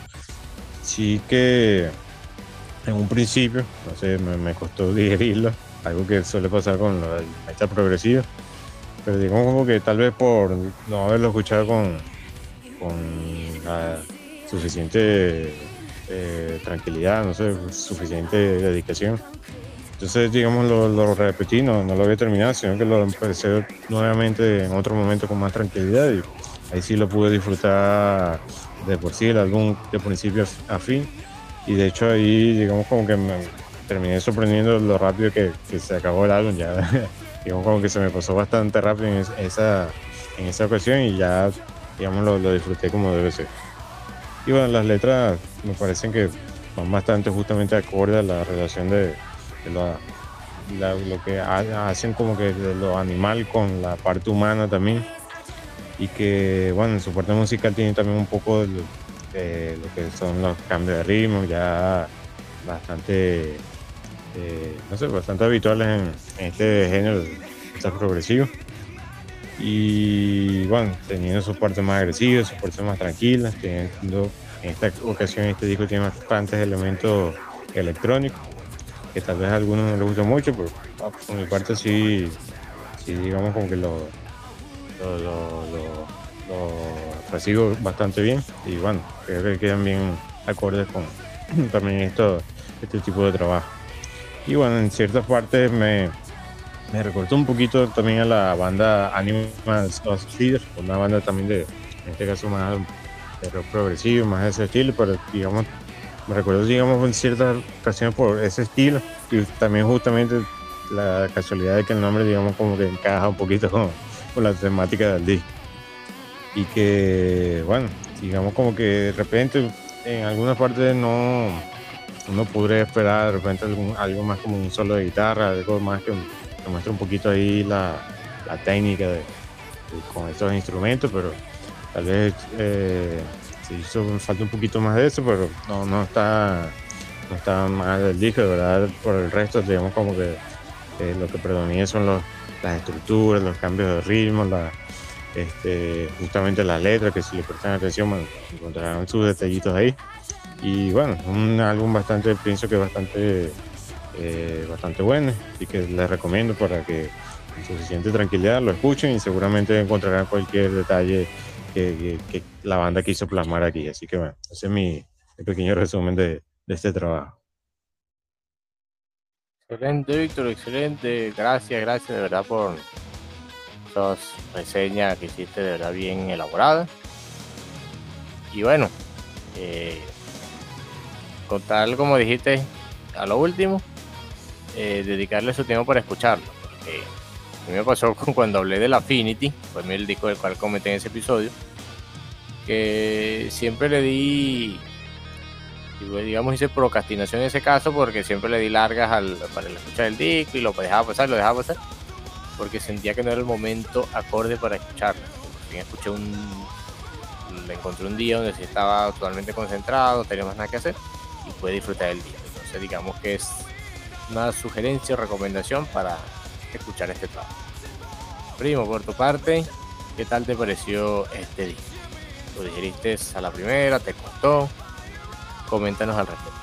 sí que en un principio, no sé, me, me costó digerirlo, algo que suele pasar con la metal progresiva, pero digamos como que tal vez por no haberlo escuchado con, con la suficiente eh, tranquilidad, no sé, suficiente dedicación. Entonces, digamos, lo, lo repetí, no, no lo había terminado, sino que lo empecé nuevamente en otro momento con más tranquilidad y ahí sí lo pude disfrutar de por sí, el álbum de principio a fin. Y de hecho ahí, digamos, como que me terminé sorprendiendo lo rápido que, que se acabó el álbum, ya, digamos, como que se me pasó bastante rápido en esa, en esa ocasión y ya, digamos, lo, lo disfruté como debe ser. Y bueno, las letras me parecen que van bastante justamente acorde a la relación de Lo, la, lo que ha, hacen como que de lo animal con la parte humana también, y que bueno, en su parte musical tiene también un poco de, de lo que son los cambios de ritmo ya bastante eh, no sé, bastante habituales en, en este género de metal progresivo, y bueno, teniendo sus partes más agresivas, sus partes más tranquilas, teniendo en esta ocasión este disco tiene bastantes elementos electrónicos que tal vez a algunos no les gusta mucho, pero por mi parte sí, sí digamos como que lo, lo, lo, lo, lo recibo bastante bien y bueno, creo que quedan bien acordes con también esto, este tipo de trabajo. Y bueno, en ciertas partes me, me recortó un poquito también a la banda Animal Theater, una banda también de, en este caso más de rock progresivo, más de ese estilo, pero digamos, me recuerdo, digamos, en ciertas ocasiones por ese estilo, y también justamente la casualidad de que el nombre, digamos, como que encaja un poquito con, con la temática del disco. Y que, bueno, digamos como que de repente en algunas partes no, uno podría esperar de repente algún, algo más como un solo de guitarra, algo más que, que muestre un poquito ahí la, la técnica de, de, con estos instrumentos, pero tal vez eh, sí hizo falta un poquito más de eso, pero no, no está no está mal el disco, de verdad. Por el resto, digamos como que eh, lo que predomina son los, las estructuras, los cambios de ritmo, la, este, justamente las letras, que si le prestan atención, bueno, encontrarán sus detallitos ahí. Y bueno, un álbum bastante, pienso que bastante eh, bastante bueno, y que les recomiendo para que con suficiente tranquilidad lo escuchen, y seguramente encontrarán cualquier detalle que, que, que la banda quiso plasmar aquí. Así que bueno, ese es mi, mi pequeño resumen de, de este trabajo. Excelente, Víctor, excelente. Gracias, gracias de verdad por esas reseñas que hiciste, de verdad bien elaboradas. Y bueno, eh, con tal como dijiste a lo último, eh, dedicarle su tiempo para escucharlo. Porque a mí me pasó con cuando hablé del Affinity, fue el disco del cual comenté en ese episodio, que siempre le di, digamos, hice procrastinación en ese caso, porque siempre le di largas al, para escuchar el disco y lo dejaba pasar, lo dejaba pasar, porque sentía que no era el momento acorde para escucharlo. Por fin escuché un, le encontré un día donde sí estaba totalmente concentrado, no tenía más nada que hacer y pude disfrutar del disco. Entonces digamos que es una sugerencia o recomendación para escuchar este trabajo. Primo, por tu parte, ¿qué tal te pareció este disco? ¿Lo digeriste a la primera? ¿Te costó? Coméntanos al respecto.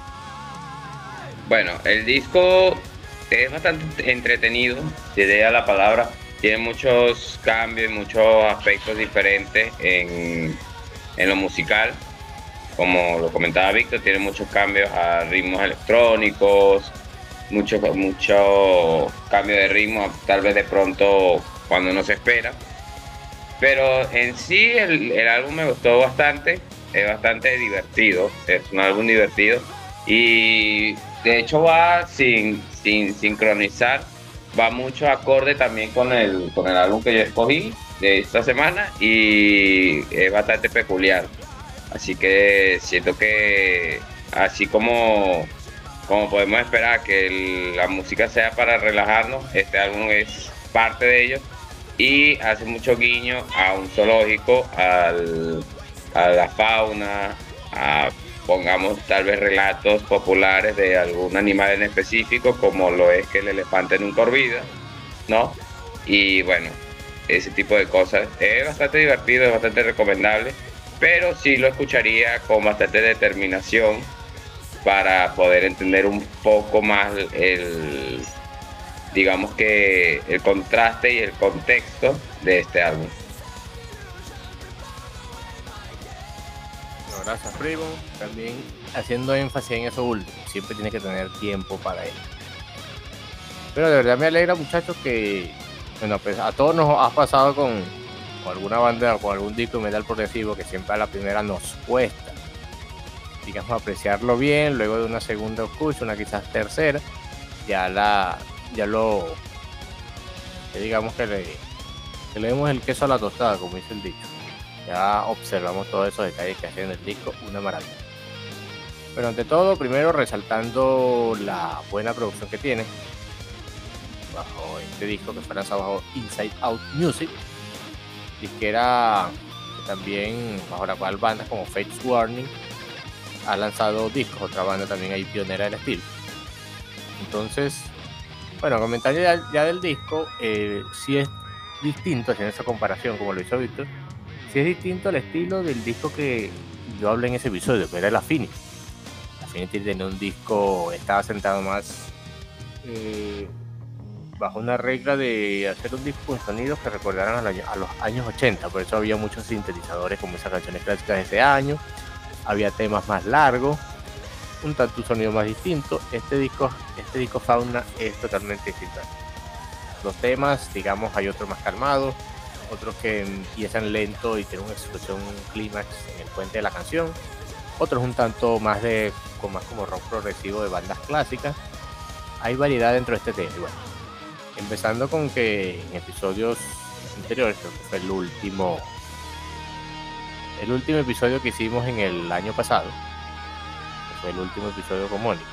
Bueno, el disco es bastante entretenido, si idea la palabra. Tiene muchos cambios, muchos aspectos diferentes en, en lo musical. Como lo comentaba Víctor, tiene muchos cambios a ritmos electrónicos, mucho, mucho cambio de ritmo, tal vez de pronto cuando no se espera. Pero en sí el, el álbum me gustó bastante, es bastante divertido, es un álbum divertido y de hecho va sin, sin sincronizar, va mucho acorde también con el, con el álbum que yo escogí de esta semana y es bastante peculiar. Así que siento que así como, como podemos esperar que el, la música sea para relajarnos, este álbum es parte de ello y hace mucho guiño a un zoológico, al, a la fauna, a pongamos tal vez relatos populares de algún animal en específico, como lo es que el elefante nunca olvida, ¿no? Y bueno, ese tipo de cosas. Es bastante divertido, es bastante recomendable, pero sí lo escucharía con bastante determinación para poder entender un poco más el, digamos que el contraste y el contexto de este álbum. No, gracias, primo. También haciendo énfasis en eso último, siempre tienes que tener tiempo para él. Pero de verdad me alegra, muchachos, que bueno, pues a todos nos ha pasado con, con alguna banda o con algún disco de metal progresivo que siempre a la primera nos cuesta, digamos, apreciarlo bien. Luego de una segunda escucha, una quizás tercera, ya la ya lo que digamos que le, que le demos el queso a la tostada, como dice el dicho. Ya observamos todos esos detalles que hacen el disco una maravilla. Pero ante todo, primero resaltando la buena producción que tiene bajo este disco, que fue lanzado bajo Inside Out Music, disquera que también bajo la cual bandas como Fates Warning ha lanzado discos, otra banda también ahí pionera del estilo. Entonces, bueno, comentario ya, ya del disco, eh, sí es distinto, haciendo esa comparación como lo hizo Víctor, sí es distinto al estilo del disco que yo hablé en ese episodio, que era el Affinity. Affinity tenía un disco, estaba sentado más eh, bajo una regla de hacer un disco con sonidos que recordaran a, la, a los años ochenta, por eso había muchos sintetizadores como esas canciones clásicas de ese año, había temas más largos, un tanto un sonido más distinto. Este disco, este disco Fauna es totalmente distinto. Los temas, digamos, hay otros más calmados, otros que empiezan lento y tienen una explosión, un clímax en el puente de la canción, otros un tanto más de con más como rock progresivo de bandas clásicas. Hay variedad dentro de este tema. Y bueno, empezando con que en episodios anteriores, creo que fue el último el último episodio que hicimos en el año pasado, que fue el último episodio con Mónica,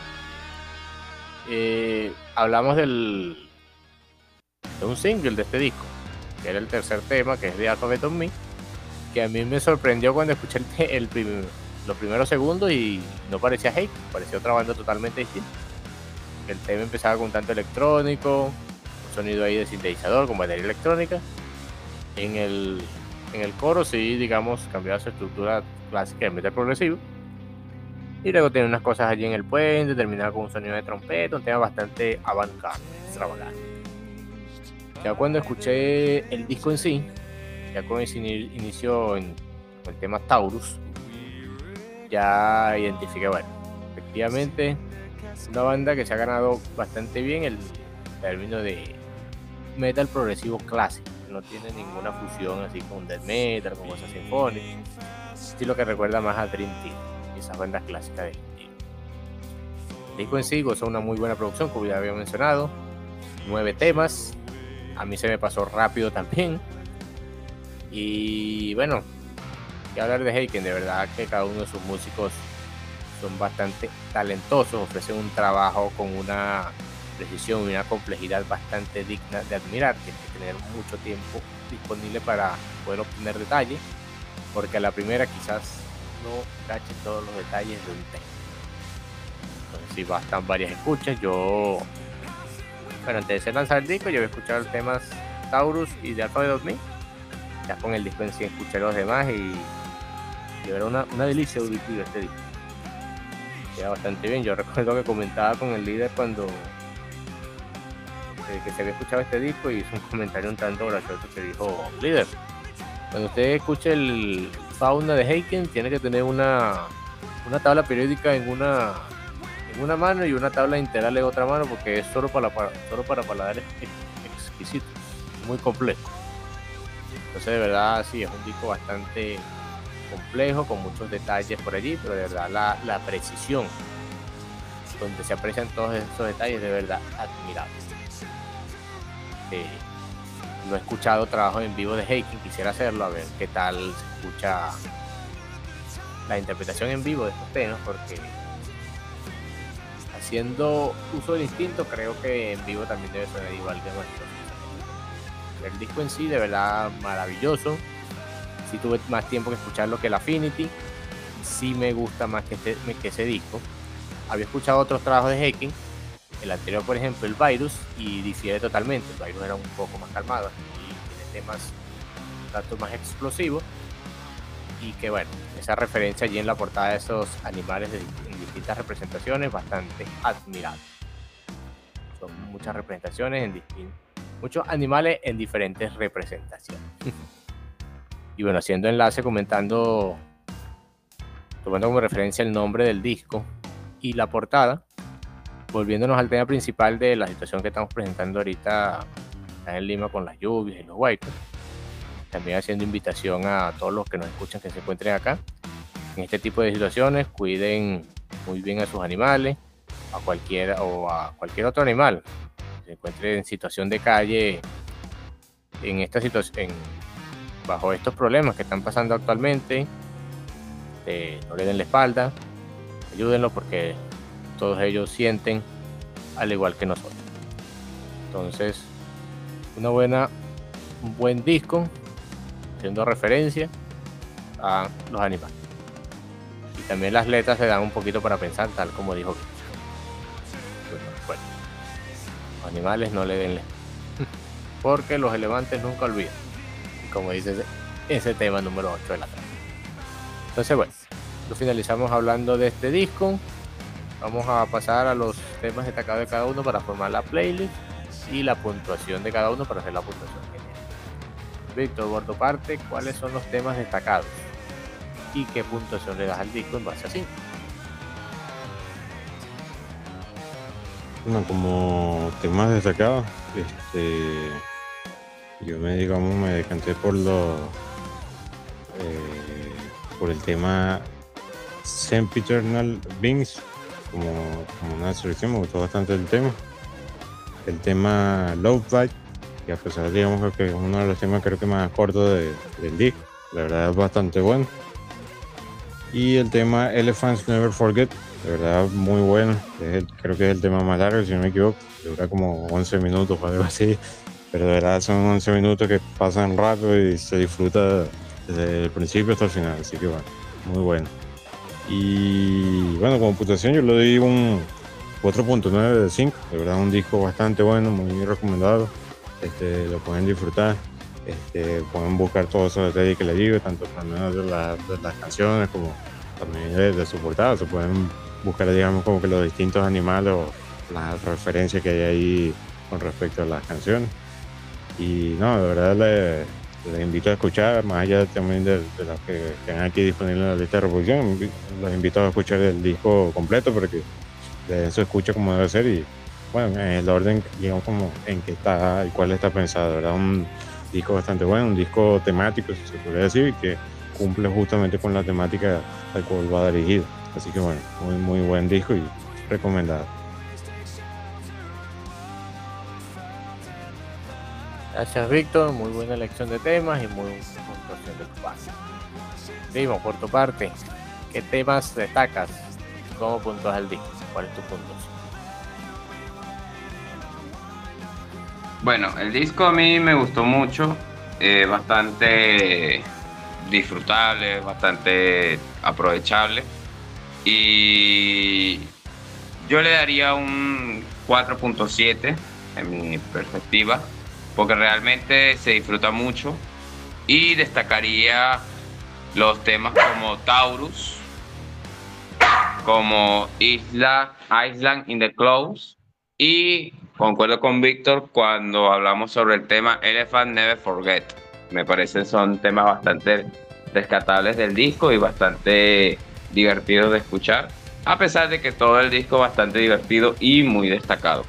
eh, hablamos del de un single de este disco, que era el tercer tema, que es de Alphabet of Me, que a mí me sorprendió cuando escuché el, te- el prim- los primeros segundos y no parecía Hate, parecía otra banda totalmente distinta. El tema empezaba con un tanto electrónico, un sonido ahí de sintetizador con batería electrónica. En el, en el coro sí, digamos, cambiaba su estructura clásica de metal progresivo. Y luego tenía unas cosas allí en el puente, terminaba con un sonido de trompeta, un tema bastante avant-garde, extravagante. Ya cuando escuché el disco en sí, ya cuando inició en, con el tema Taurus, ya identifiqué, bueno, efectivamente, una banda que se ha ganado bastante bien el término de metal progresivo clásico. No tiene ninguna fusión así con death metal, con cosas sinfónicas, estilo que recuerda más a Dream Theater y esas bandas clásicas de estilo. El disco en sí gozó una muy buena producción, como ya había mencionado, nueve temas. A mí se me pasó rápido también. Y bueno, que hablar de Haken, de verdad que cada uno de sus músicos son bastante talentosos, ofrecen un trabajo con una precisión y una complejidad bastante digna de admirar, que hay que tener mucho tiempo disponible para poder obtener detalles, porque a la primera quizás no cache todos los detalles de un tema. Entonces sí bastan varias escuchas. Yo, bueno, antes de lanzar el disco, yo había escuchado los temas Taurus y de Alphabet of Me. Ya con el disco en sí escuché los demás y, y era una, una delicia auditiva este disco. Queda bastante bien. Yo recuerdo que comentaba con el líder cuando eh, que se había escuchado este disco y hizo un comentario un tanto gracioso que dijo: líder, cuando usted escuche el Fauna de Haken, tiene que tener una, una tabla periódica en una en una mano y una tabla integral en otra mano, porque es solo para, para, solo para paladares exquisitos, muy complejo. Entonces de verdad sí, es un disco bastante complejo, con muchos detalles por allí, pero de verdad la, la precisión donde se aprecian todos esos detalles, de verdad admirable. Eh, no he escuchado trabajos en vivo de Haken, quisiera hacerlo, a ver qué tal se escucha la interpretación en vivo de estos temas, porque haciendo uso del instinto creo que en vivo también debe sonar igual que nuestro. El disco en sí de verdad maravilloso. Sí tuve más tiempo que escucharlo que el Affinity, sí me gusta más que, este, que ese disco. Había escuchado otros trabajos de Haken, el anterior por ejemplo el Virus, y difiere totalmente. El Virus era un poco más calmado y tiene temas un tanto más explosivos, y que bueno, esa referencia allí en la portada de esos animales de, en distintas representaciones, bastante admirable. Son muchas representaciones en distintos muchos animales en diferentes representaciones. Y bueno, haciendo enlace, comentando, tomando como referencia el nombre del disco y la portada, volviéndonos al tema principal de la situación que estamos presentando ahorita acá en Lima con las lluvias y los huaicos, también haciendo invitación a todos los que nos escuchan que se encuentren acá en este tipo de situaciones, cuiden muy bien a sus animales, a cualquiera o a cualquier otro animal se encuentre en situación de calle, en esta situación, bajo estos problemas que están pasando actualmente. Eh, no le den la espalda, ayúdenlo, porque todos ellos sienten al igual que nosotros. Entonces, una buena, un buen disco haciendo referencia a los animales, y también las letras se dan un poquito para pensar, tal como dijo. Bueno, bueno. Los animales no le den porque los elefantes nunca olvidan, como dice ese, ese tema número ocho de la trama. Entonces bueno, lo finalizamos hablando de este disco. Vamos a pasar a los temas destacados de cada uno para formar la playlist y la puntuación de cada uno para hacer la puntuación general. Víctor, por tu parte, ¿cuáles son los temas destacados y qué puntuación le das al disco en base a cinco? Bueno, como temas destacados, este, yo me, digamos, me decanté por los eh, por el tema Sempiternal Beings como, como una selección. Me gustó bastante el tema. El tema Love Bite, que a pesar, digamos, que es uno de los temas creo que más cortos de, del disco, la verdad es bastante bueno. Y el tema Elephants Never Forget, de verdad muy bueno. Es el, creo que es el tema más largo, si no me equivoco, dura como once minutos o algo así, pero de verdad son once minutos que pasan rápido y se disfruta desde el principio hasta el final, así que bueno, muy bueno. Y bueno, como puntuación yo le doy un cuatro punto nueve de cinco, de verdad un disco bastante bueno, muy recomendado, este, lo pueden disfrutar, este, pueden buscar todos esos detalles que les digo, tanto también de, la, de las canciones como también de, de su portada, se pueden buscar, digamos, como que los distintos animales o las referencias que hay ahí con respecto a las canciones. Y no, de verdad les, les invito a escuchar, más allá también de, de los que están aquí disponibles en la lista de reproducción, los invito a escuchar el disco completo porque de eso escucha como debe ser y bueno, en el orden, digamos, como en que está, el cual está pensado, de verdad un disco bastante bueno, un disco temático, si se podría decir, que cumple justamente con la temática al cual va dirigido. Así que bueno, muy muy buen disco y recomendado. Gracias, Víctor, muy buena elección de temas y muy buena puntuación de tu parte. Primo, por tu parte, ¿qué temas destacas? ¿Cómo puntúas el disco? ¿Cuál es tu puntuación? Bueno, el disco a mí me gustó mucho, eh, bastante disfrutable, bastante aprovechable y yo le daría un cuatro punto siete en mi perspectiva porque realmente se disfruta mucho y destacaría los temas como Taurus, como Isla, Island in the Clouds y concuerdo con Víctor cuando hablamos sobre el tema Elephant Never Forget. Me parecen son temas bastante rescatables del disco y bastante divertidos de escuchar, a pesar de que todo el disco es bastante divertido y muy destacado.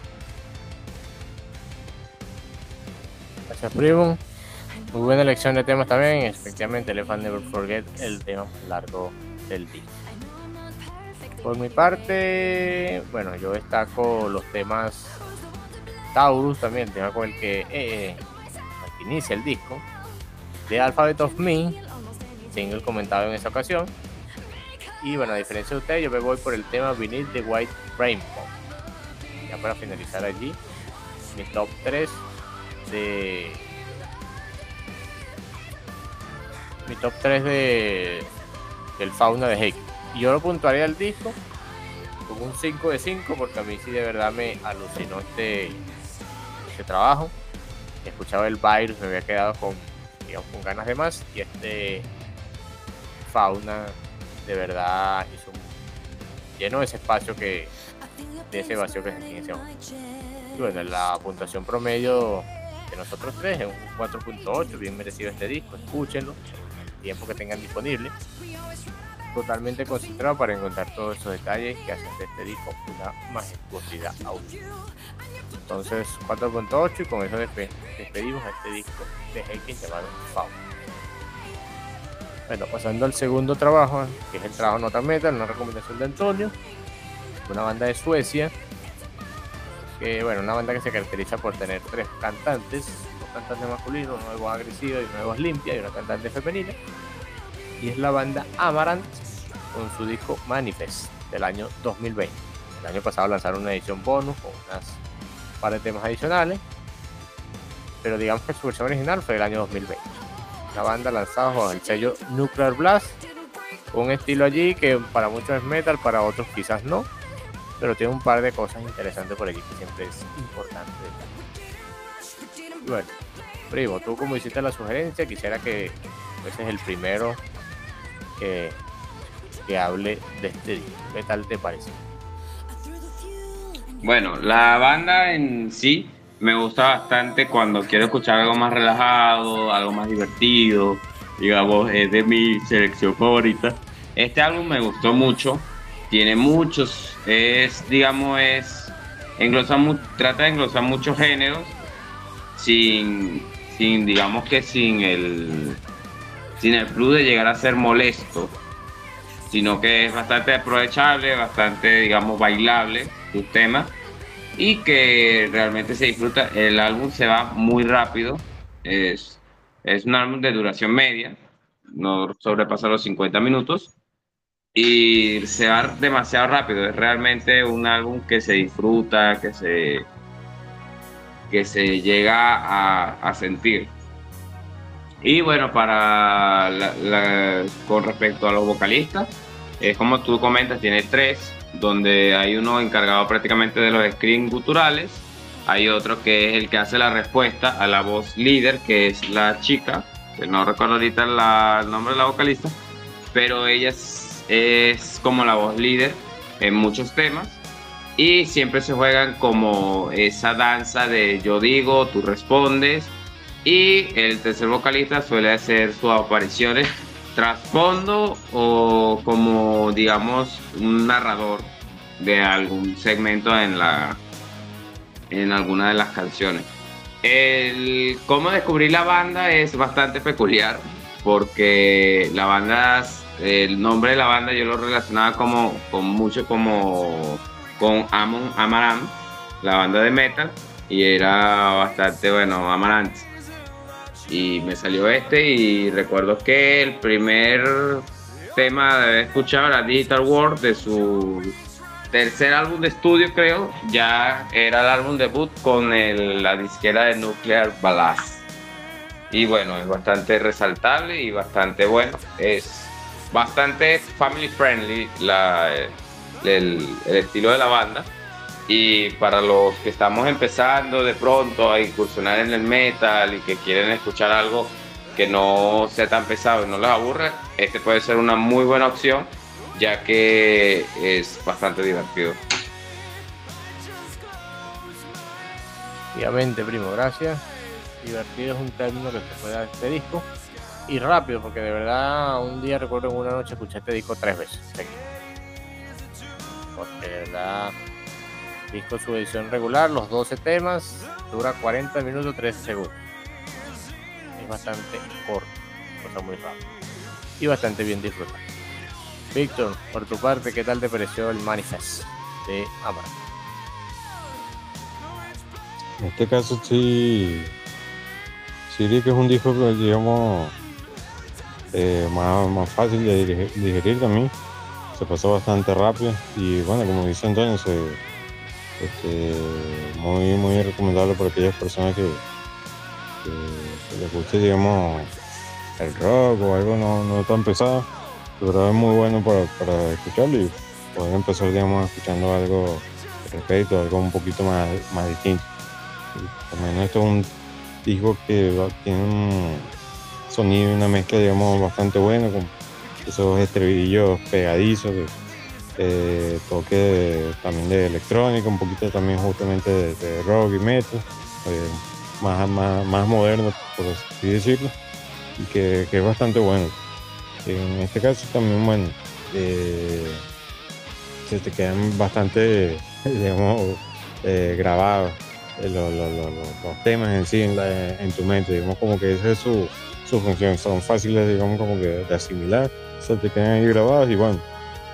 Gracias, primo. Muy buena elección de temas también. Efectivamente, Elephant Never Forget, el tema más largo del disco. Por mi parte, bueno, yo destaco los temas Taurus también, tema con el que, eh, el que inicia el disco, The Alphabet of Me, single comentado en esa ocasión. Y bueno, a diferencia de ustedes, yo me voy por el tema Beneath the White Rainbow. Ya para finalizar allí, mi top tres de... Mi top tres de... del Fauna de Heike. Y yo lo puntuaría al disco con un cinco de cinco porque a mí sí de verdad me alucinó este, este trabajo. Escuchaba el Virus, me había quedado con, digamos, con ganas de más y este Fauna de verdad hizo un, llenó ese espacio que de ese vacío que sentí en ese momento. Y bueno, la puntuación promedio de nosotros tres es un cuatro punto ocho, bien merecido este disco, escúchenlo el tiempo que tengan disponible. Totalmente concentrado para encontrar todos esos detalles que hacen de este disco una majestuosidad aún. Entonces cuatro punto ocho y con eso despe despedimos a este disco de Heike llamado Fauna. Bueno, pasando al segundo trabajo, que es el trabajo Nota Metal, una recomendación de Antonio, una banda de Suecia, que bueno, una banda que se caracteriza por tener tres cantantes, dos cantantes masculinos, una voz agresiva y una voz limpia y una cantante femenina. Y es la banda Amaranth con su disco Manifest del año dos mil veinte. El año pasado lanzaron una edición bonus con unas par de temas adicionales, pero digamos que su versión original fue del año dos mil veinte. La banda lanzada bajo el sello Nuclear Blast, con un estilo allí que para muchos es metal, para otros quizás no, pero tiene un par de cosas interesantes por allí que siempre es importante. Y bueno, primo, tú como hiciste la sugerencia, quisiera que ese es el primero que, que hable de este disco. ¿Qué tal te parece? Bueno, la banda en sí me gusta bastante cuando quiero escuchar algo más relajado, algo más divertido, digamos, es de mi selección favorita. Este álbum me gustó mucho, tiene muchos, es, digamos, es, englosa, trata de englosar muchos géneros sin, sin, digamos que sin el, sin el plus de llegar a ser molesto, sino que es bastante aprovechable, bastante, digamos, bailable sus temas, y que realmente se disfruta. El álbum se va muy rápido, es, es un álbum de duración media, no sobrepasa los cincuenta minutos, y se va demasiado rápido. Es realmente un álbum que se disfruta, que se, que se llega a, a sentir. Y bueno, para la, la, con respecto a los vocalistas, es como tú comentas, tiene tres, donde hay uno encargado prácticamente de los screams guturales, hay otro que es el que hace la respuesta a la voz líder, que es la chica, que no recuerdo ahorita la, el nombre de la vocalista, pero ella es, es como la voz líder en muchos temas, y siempre se juegan como esa danza de yo digo, tú respondes, y el tercer vocalista suele hacer sus apariciones trasfondo o como, digamos, un narrador de algún segmento en la en alguna de las canciones. El cómo descubrir la banda es bastante peculiar, porque la banda, el nombre de la banda yo lo relacionaba como con mucho como con Amon Amarant, la banda de metal, y era bastante, bueno, Amarant. Y me salió este, y recuerdo que el primer tema de haber escuchado era Digital World, de su tercer álbum de estudio, creo. Ya era el álbum debut con el, la disquera de Nuclear Blast. Y bueno, es bastante resaltable y bastante bueno. Es bastante family friendly la, el, el estilo de la banda. Y para los que estamos empezando de pronto a incursionar en el metal y que quieren escuchar algo que no sea tan pesado y no les aburre, este puede ser una muy buena opción, ya que es bastante divertido. Obviamente, primo, gracias. Divertido es un término que se puede dar este disco. Y rápido, porque de verdad un día recuerdo en una noche escuché este disco tres veces. Porque de verdad... disco su edición regular, los doce temas, dura cuarenta minutos trece segundos. Es bastante corto, cosa muy rápida y bastante bien disfrutado. Víctor, por tu parte, ¿qué tal te pareció el Manifest de Amarant? En este caso sí, sí diría que es un disco que, digamos, eh, más, más fácil de digerir, digerir también. Se pasó bastante rápido y bueno, como dice Antonio, se Este, muy muy recomendable para aquellas personas que, que, que les guste, digamos, el rock o algo no, no tan pesado. De verdad es muy bueno para, para escucharlo y poder empezar, digamos, escuchando algo al respecto, algo un poquito más, más distinto. Y también esto es un disco que tiene un sonido y una mezcla, digamos, bastante bueno, con esos estribillos pegadizos, que, Eh, toque también de electrónica, un poquito también justamente de, de rock y metal, eh, más, más, más moderno, por así decirlo, y que, que es bastante bueno. En este caso también, bueno, eh, se te quedan bastante, digamos, eh, grabados eh, los, los, los, los temas en sí en, la, en tu mente, digamos, como que esa es su, su función, son fáciles, digamos, como que de asimilar, se te quedan ahí grabados y bueno,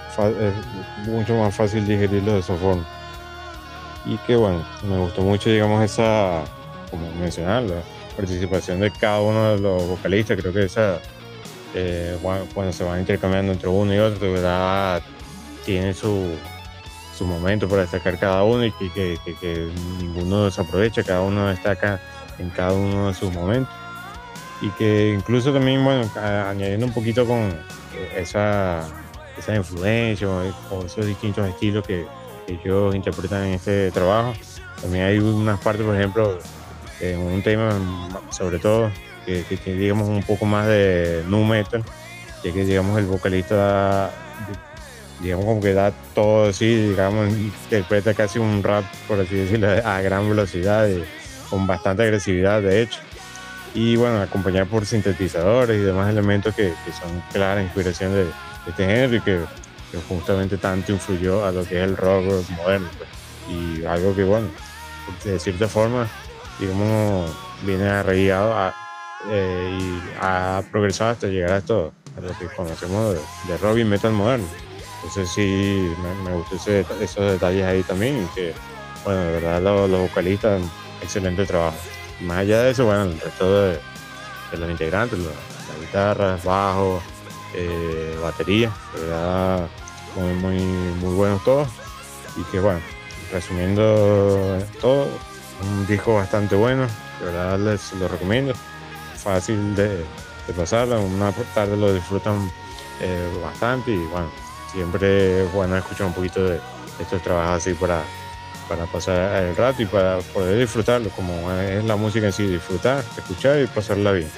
es mucho más fácil digerirlo de esa forma. Y que bueno, me gustó mucho, digamos, esa, como mencionar, la participación de cada uno de los vocalistas. Creo que esa, eh, cuando se van intercambiando entre uno y otro, de verdad tiene su, su momento para destacar cada uno y que, que, que, que ninguno desaprovecha, cada uno destaca en cada uno de sus momentos. Y que incluso también, bueno, añadiendo un poquito con esa esa influencia o esos distintos estilos que, que ellos interpretan en este trabajo. También hay unas partes, por ejemplo, en un tema sobre todo que, que tiene, digamos, un poco más de nu metal, ya que, digamos, el vocalista da, digamos, como que da todo así, digamos, interpreta casi un rap, por así decirlo, a gran velocidad y con bastante agresividad, de hecho. Y bueno, acompañado por sintetizadores y demás elementos que, que son clara inspiración de este género y que, que justamente tanto influyó a lo que es el rock moderno, pues. Y algo que, bueno, de cierta forma digamos, viene arraigado a, eh, y ha progresado hasta llegar a esto, a lo que conocemos de, de rock y metal moderno. Entonces sí, me, me gustó ese, esos detalles ahí también, y que, bueno, de verdad los, los vocalistas, excelente trabajo. Y más allá de eso, bueno, el resto de, de los integrantes, los, las guitarras, bajo, eh, batería, de verdad, muy, muy, muy buenos todos. Y que bueno, resumiendo todo, un disco bastante bueno, de verdad les lo recomiendo, fácil de, de pasarlo, una tarde lo disfrutan eh, bastante, y bueno, siempre es bueno escuchar un poquito de estos trabajos así para, para pasar el rato y para poder disfrutarlo, como es la música en sí, disfrutar, escuchar y pasarla bien.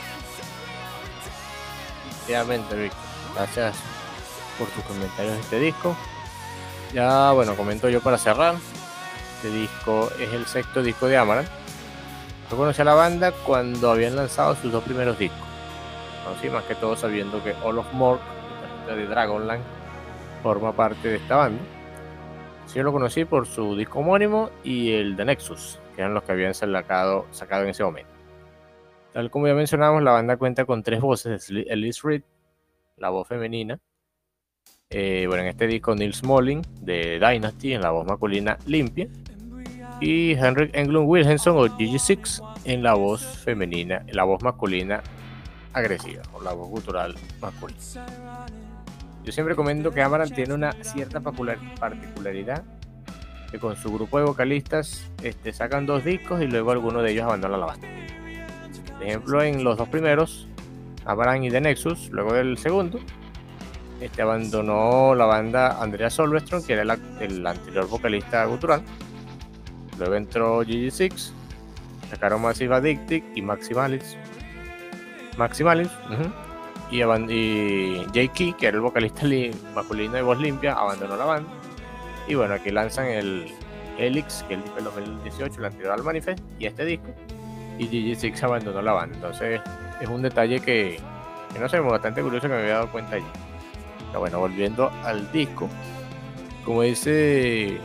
Efectivamente, Víctor, gracias por tus comentarios de este disco. Ya, bueno, comento yo para cerrar. Este disco es el sexto disco de Amaranth. Yo conocí a la banda cuando habían lanzado sus dos primeros discos. Conocí más que todo sabiendo que Olof Mork, guitarrista de Dragonland, forma parte de esta banda. Sí, yo lo conocí por su disco homónimo y el de Nexus, que eran los que habían sacado, sacado en ese momento. Tal como ya mencionamos, la banda cuenta con tres voces: Elise Reed, la voz femenina. Eh, bueno, en este disco Nils Molin de Dynasty en la voz masculina limpia, y Henrik Englund Wilhelmsson o G G six en la voz femenina, en la voz masculina agresiva, o la voz gutural masculina. Yo siempre comento que Amaranth tiene una cierta particularidad, que con su grupo de vocalistas este, sacan dos discos y luego alguno de ellos abandona la banda. Por ejemplo, en los dos primeros, Amaranth y The Nexus, luego del segundo, Este, abandonó la banda Andreas Solveström, que era el, el anterior vocalista gutural. Luego entró G G six, sacaron Massive Addicted y Maximalis. Maximalis, uh-huh. y, y Jay Key, que era el vocalista masculino de voz limpia, abandonó la banda. Y bueno, aquí lanzan el Helix, que es el disco del dos mil dieciocho, el anterior al Manifest, y este disco. Y G G six abandonó la banda. Entonces es un detalle que, que no sé, bastante curioso, que me había dado cuenta allí. Pero bueno, volviendo al disco, como dice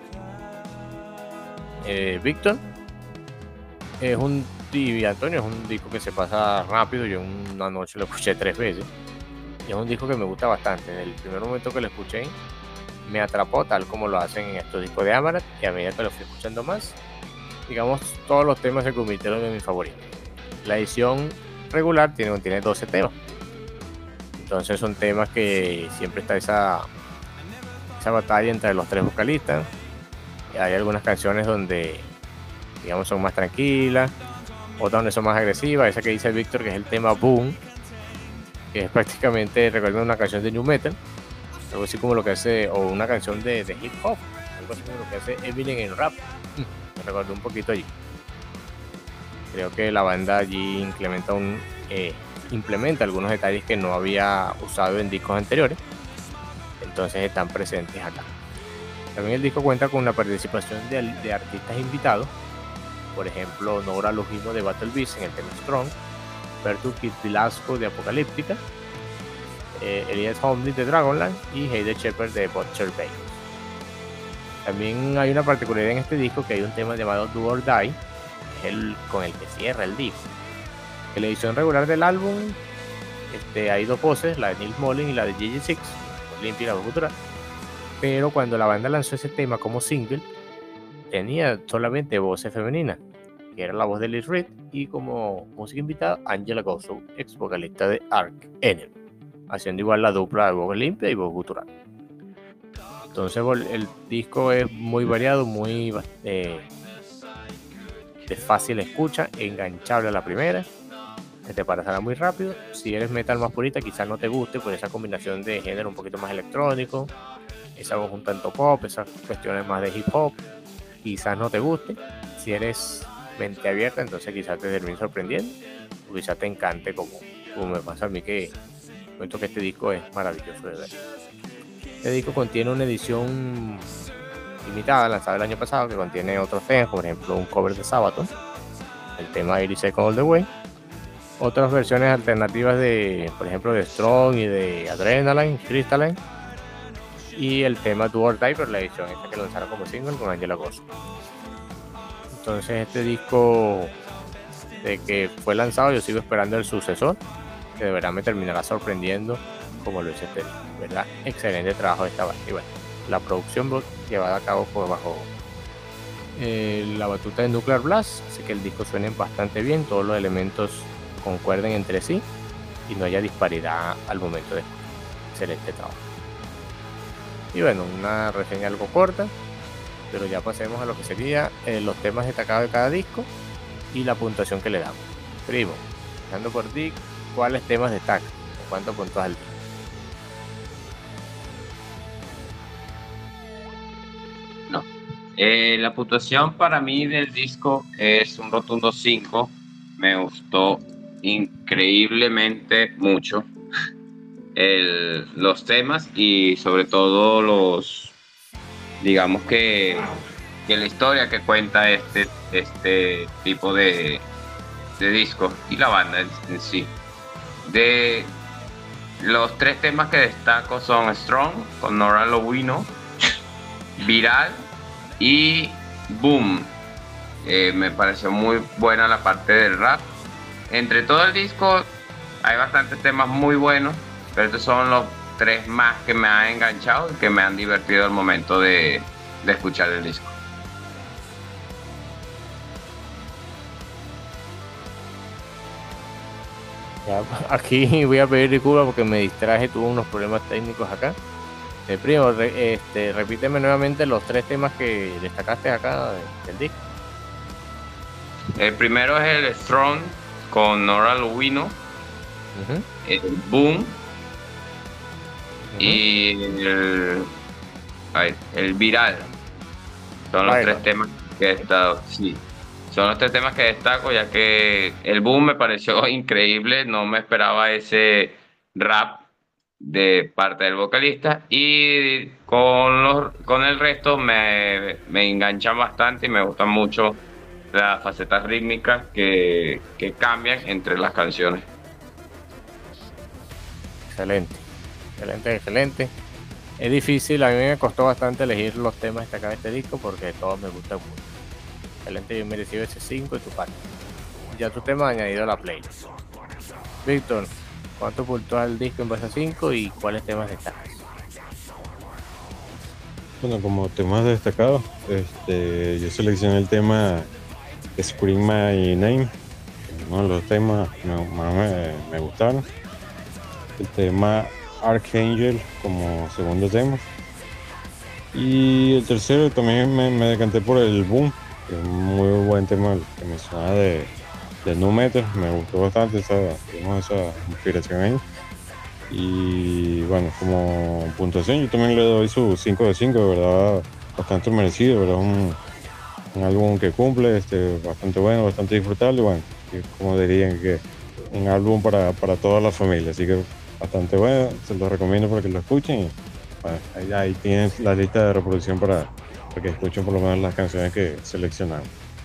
eh, Víctor, es un y Antonio, es un disco que se pasa rápido. Yo una noche lo escuché tres veces y es un disco que me gusta bastante. En el primer momento que lo escuché me atrapó, tal como lo hacen en estos discos de Amaranth, y a medida que lo fui escuchando más, digamos, todos los temas se convirtieron en mi favorito. La edición regular tiene, tiene doce temas. Entonces son temas que siempre está esa, esa batalla entre los tres vocalistas. Y hay algunas canciones donde, digamos, son más tranquilas, otras donde son más agresivas. Esa que dice Víctor, que es el tema Boom, que es prácticamente, recuerda una canción de New Metal, algo así como lo que hace, o una canción de, de hip hop, algo así como lo que hace Eminem en rap. Me recordé un poquito allí. Creo que la banda allí implementa un... Eh, implementa algunos detalles que no había usado en discos anteriores, entonces están presentes acá. También el disco cuenta con la participación de, de artistas invitados, por ejemplo Nora Lujimo de Battle Beast en el tema Strong, Bertu Kid Velasco de Apocalíptica, eh, Elias Homley de Dragonland y Heide Shepard de Butcher Bay. También hay una particularidad en este disco, que hay un tema llamado Do or Die, que es el con el que cierra el disco. En la edición regular del álbum este, hay dos voces, la de Nils Molin y la de G G six, limpia y la voz gutural. Pero cuando la banda lanzó ese tema como single, tenía solamente voces femeninas, que era la voz de Liz Reed, y como música invitada Angela Gossow, ex vocalista de Arch Enemy, haciendo igual la dupla de voz limpia y voz gutural. Entonces el disco es muy variado, muy eh, de fácil escucha, enganchable a la primera, que te pasará muy rápido. Si eres metal más purista, quizás no te guste por esa combinación de género un poquito más electrónico, esa voz un tanto pop, esas cuestiones más de hip hop, quizás no te guste. Si eres mente abierta, entonces quizás te termine sorprendiendo, o quizás te encante, como, como me pasa a mí, que cuento que este disco es maravilloso de ver. Este disco contiene una edición limitada lanzada el año pasado, que contiene otros temas, por ejemplo un cover de Sabaton, el tema eighty Seconds All the Way, otras versiones alternativas de, por ejemplo, de Strong y de Adrenaline, Crystalline, y el tema Do or Die, pero la edición esta que lanzaron como single con Angela Gossow. Entonces este disco de que fue lanzado, yo sigo esperando el sucesor, que de verdad me terminará sorprendiendo como lo hizo este disco, ¿verdad? Excelente trabajo de esta banda. Y bueno, la producción llevada a cabo por bajo eh, la batuta de Nuclear Blast, así que el disco suene bastante bien, todos los elementos concuerden entre sí y no haya disparidad al momento de escuchar. Excelente trabajo. Y bueno, una reseña algo corta, pero ya pasemos a lo que sería eh, los temas destacados de cada disco y la puntuación que le damos. Primo, empezando por ti, ¿cuáles temas destacan? ¿Cuánto puntos al disco? No. Eh, la puntuación para mí del disco es un rotundo cinco. Me gustó increíblemente mucho el, los temas y sobre todo los, digamos que, que la historia que cuenta este, este tipo de, de disco y la banda en, en sí. De los tres temas que destaco son Strong con Nora Lowino, Viral y Boom. Eh, me pareció muy buena la parte del rap. Entre todo el disco hay bastantes temas muy buenos, pero estos son los tres más que me han enganchado y que me han divertido al momento de, de escuchar el disco. Ya, aquí voy a pedir disculpas porque me distraje, tuve unos problemas técnicos acá. Eh, primo, re, este, repíteme nuevamente los tres temas que destacaste acá del disco. El primero es el Strong con Nora Lowino, uh-huh. El Boom, uh-huh. Y el, ay, el Viral. Son los Viral. tres temas que he estado, sí. Son los tres temas que destaco, ya que el Boom me pareció increíble, no me esperaba ese rap de parte del vocalista, y con, los, con el resto me, me enganchan bastante y me gustan mucho las facetas rítmicas que, que cambian entre las canciones. Excelente, excelente, excelente. Es difícil, a mí me costó bastante elegir los temas destacados de este disco porque todos me gustan mucho. Excelente, yo merecido ese cinco de tu parte. Ya tu tema añadido a la playlist. Víctor, ¿cuánto puntuas al disco en base a cinco y cuáles temas destacas? Bueno, como temas destacados, este, yo seleccioné el tema Scream My Name, uno de los temas que más me, me gustaron. El tema Archangel como segundo tema. Y el tercero también me, me decanté por el Boom, que es un muy buen tema que mencionaba de, de Nu Metal. Me gustó bastante esa, digamos, esa inspiración ahí. Y bueno, como puntuación yo también le doy su cinco de cinco, de verdad, bastante merecido, de verdad, un, un álbum que cumple, este, bastante bueno, bastante disfrutable, bueno, como dirían que un álbum para, para toda la familia, así que bastante bueno, se lo recomiendo para que lo escuchen y bueno, ahí, ahí tienes la lista de reproducción para, para que escuchen por lo menos las canciones que seleccionaron.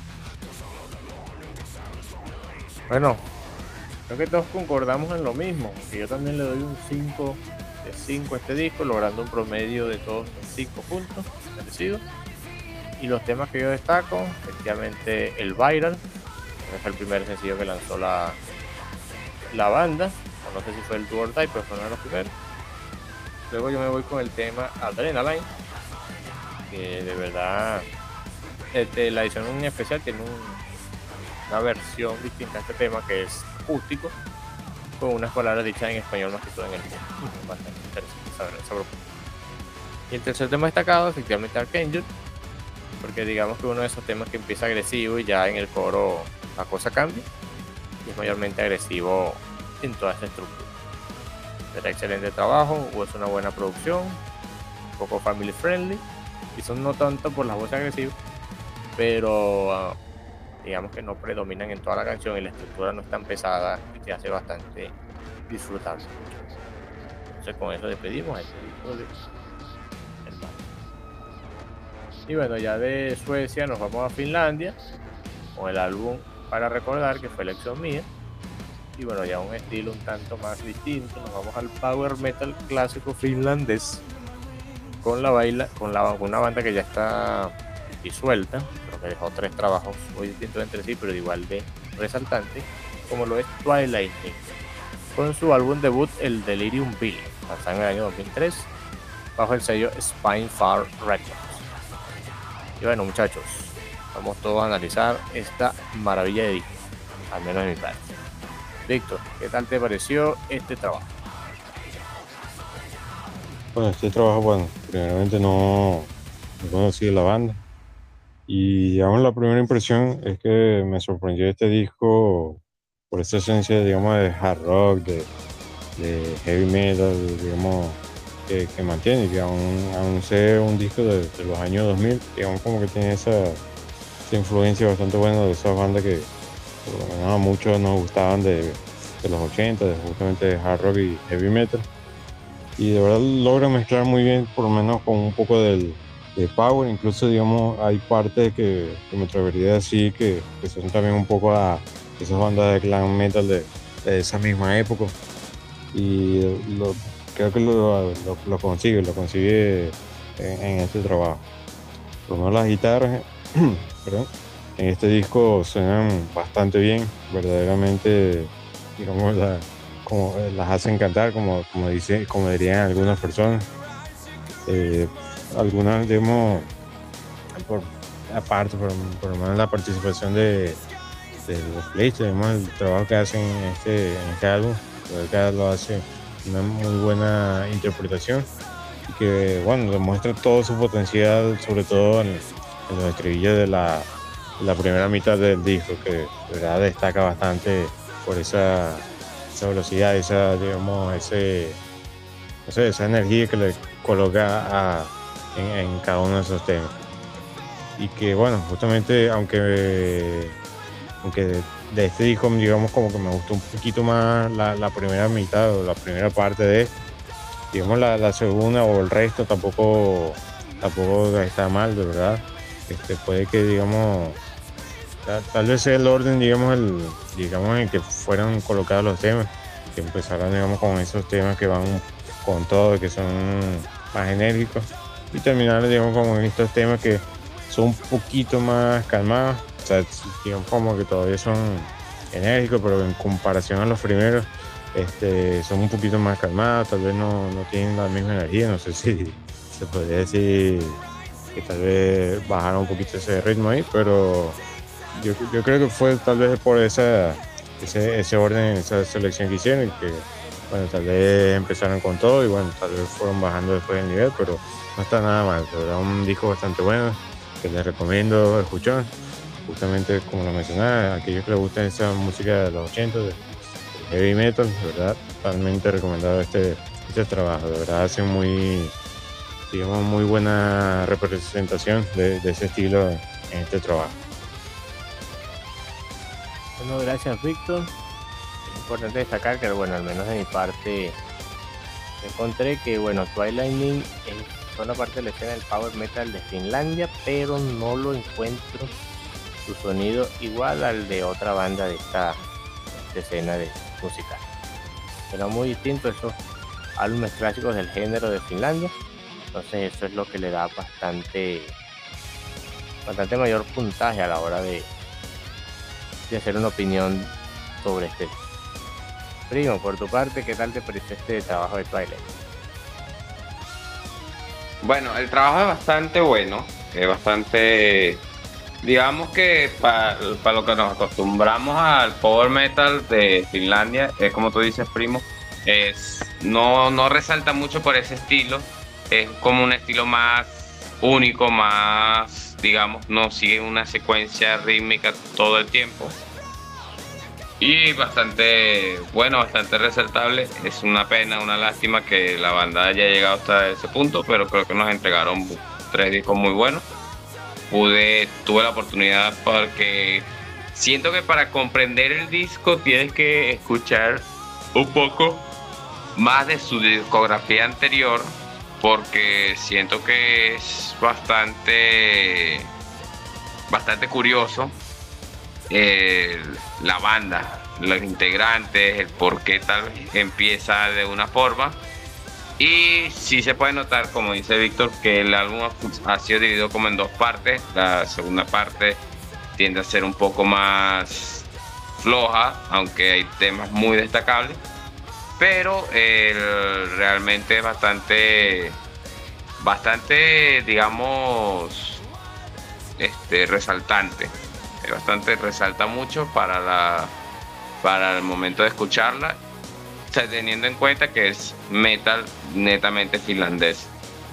Bueno, creo que todos concordamos en lo mismo, que yo también le doy un cinco de cinco a este disco, logrando un promedio de todos los cinco puntos merecidos. Y los temas que yo destaco, efectivamente el Viral, que fue el primer sencillo que lanzó la, la banda, o no sé si fue el Do or Die, pero fue uno de los primeros. Luego yo me voy con el tema Adrenaline, que de verdad este, la edición en especial tiene un, una versión distinta a este tema que es acústico, con unas palabras dichas en español más que todo en el mundo. Bastante interesante saber eso. Y el tercer tema destacado, efectivamente Archangel, porque digamos que uno de esos temas que empieza agresivo y ya en el coro la cosa cambia y es mayormente agresivo en toda esta estructura. Será excelente trabajo, es una buena producción, un poco family friendly, y son no tanto por las voces agresivas, pero uh, digamos que no predominan en toda la canción y la estructura no es tan pesada y te hace bastante disfrutable. Entonces con eso despedimos a este disco de el mar. Y bueno, ya de Suecia nos vamos a Finlandia con el álbum Para Recordar, que fue elección mía. Y bueno, ya un estilo un tanto más distinto, nos vamos al power metal clásico finlandés con la baila, con la con una banda que ya está disuelta, bueno, que dejó tres trabajos muy distintos entre sí, pero igual de resaltantes, como lo es Twilight, con su álbum debut, el Delirium Bill, lanzado en el año dos mil tres, bajo el sello Spinefar Records. Y bueno, muchachos, vamos todos a analizar esta maravilla de disco, al menos de mi parte. Víctor, ¿qué tal te pareció este trabajo? Bueno, este trabajo, bueno, primeramente no, no conocí la banda. Y digamos, la primera impresión es que me sorprendió este disco por esa esencia, digamos, de hard rock, de, de heavy metal, digamos, que, que mantiene, que aún, aún sea un disco de, de los años dos mil, digamos, como que tiene esa, esa influencia bastante buena de esas bandas que por lo menos a muchos nos gustaban de, de los ochenta, de justamente de hard rock y heavy metal. Y de verdad logra mezclar muy bien, por lo menos con un poco del, de power. Incluso, digamos, hay partes que, que me atrevería a decir que, que son también un poco a esas bandas de glam metal de, de esa misma época. Y lo, creo que lo, lo, lo consigue, lo consigue en, en este trabajo. Por lo menos las guitarras, perdón, en este disco suenan bastante bien, verdaderamente, digamos, la, como las hacen cantar, como, como, dice, como dirían algunas personas. Eh, algunas, digamos, por, aparte, por, por lo menos la participación de, de los playlists, digamos, el trabajo que hacen en este, en este álbum, creo que lo hace una muy buena interpretación y que, bueno, demuestra todo su potencial, sobre todo en, en los estribillos de la, de la primera mitad del disco, que de verdad destaca bastante por esa esa velocidad, esa, digamos, ese, no sé, esa energía que le coloca a, en, en cada uno de esos temas. Y que, bueno, justamente, aunque, aunque de, de este disco, digamos, como que me gustó un poquito más la, la primera mitad o la primera parte de, digamos, la, la segunda o el resto tampoco, tampoco está mal, de verdad. Este, puede que, digamos, Tal, tal vez sea el orden, digamos, el, digamos, en el que fueron colocados los temas, que empezaron, digamos, con esos temas que van con todo, que son más enérgicos, y terminaron, digamos, con estos temas que son un poquito más calmados, o sea, digamos, como que todavía son enérgicos, pero en comparación a los primeros, este, son un poquito más calmados, tal vez no, no tienen la misma energía, no sé si se podría decir que tal vez bajaron un poquito ese ritmo ahí, pero Yo, yo creo que fue tal vez por esa, ese, ese orden, esa selección que hicieron, que bueno, tal vez empezaron con todo y bueno, tal vez fueron bajando después el nivel, pero no está nada mal, de verdad, un disco bastante bueno que les recomiendo escuchar, justamente como lo mencionaba, a aquellos que les gusta esa música de los ochenta, de, de heavy metal, de verdad, totalmente recomendado este, este trabajo, de verdad hacen muy, digamos, muy buena representación de, de ese estilo en este trabajo. Bueno, gracias, Víctor. Es importante destacar que, bueno, al menos de mi parte, encontré que, bueno, Twilight es una parte de la escena del power metal de Finlandia, pero no lo encuentro su sonido igual al de otra banda de esta, de esta escena de musical. Era muy distinto esos álbumes clásicos del género de Finlandia, entonces eso es lo que le da bastante, bastante mayor puntaje a la hora de de hacer una opinión sobre este. Primo, por tu parte, ¿qué tal te pareció este trabajo de Twilight? Bueno, el trabajo es bastante bueno, es bastante, digamos que para pa lo que nos acostumbramos al power metal de Finlandia, es como tú dices, primo, es, no, no resalta mucho por ese estilo, es como un estilo más único, más, digamos, no sigue una secuencia rítmica todo el tiempo y bastante bueno, bastante resaltable. Es una pena, una lástima que la banda haya llegado hasta ese punto, pero creo que nos entregaron tres discos muy buenos. Pude, tuve la oportunidad porque siento que para comprender el disco tienes que escuchar un poco más de su discografía anterior, porque siento que es bastante bastante curioso eh, la banda, los integrantes, el por qué tal vez empieza de una forma Y sí se puede notar, como dice Víctor, que el álbum ha sido dividido como en dos partes. La segunda parte tiende a ser un poco más floja, aunque hay temas muy destacables, pero eh, realmente es bastante, bastante, digamos, este, resaltante. Es bastante, resalta mucho para, la, para el momento de escucharla, teniendo en cuenta que es metal netamente finlandés.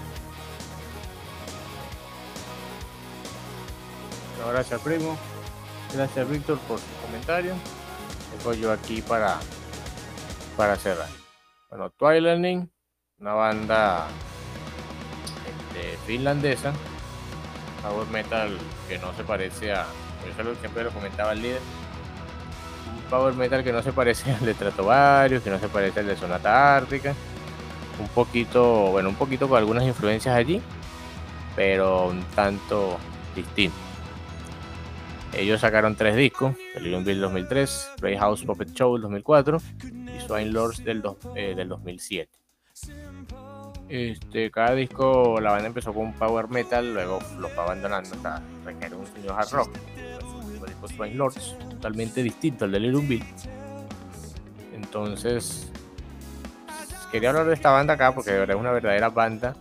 No, gracias, primo. Gracias, Víctor, por su comentario. Tengo yo aquí para, para cerrar. Bueno, Twilightning, una banda este, finlandesa, power metal que no se parece a, yo lo siempre lo comentaba el líder, un power metal que no se parece al de Stratovarius, que no se parece al de Sonata Ártica, un poquito, bueno, un poquito con algunas influencias allí, pero un tanto distinto. Ellos sacaron tres discos: Delirium Bill dos mil tres, Playhouse Puppet Show dos mil cuatro y Swine Lords del, do, eh, del dos mil siete. Este, cada disco la banda empezó con un power metal, luego lo fue abandonando hasta requerir un sonido hard rock. El disco Swine Lords, totalmente distinto al de Delirium Bill. Entonces, quería hablar de esta banda acá porque de verdad es una verdadera banda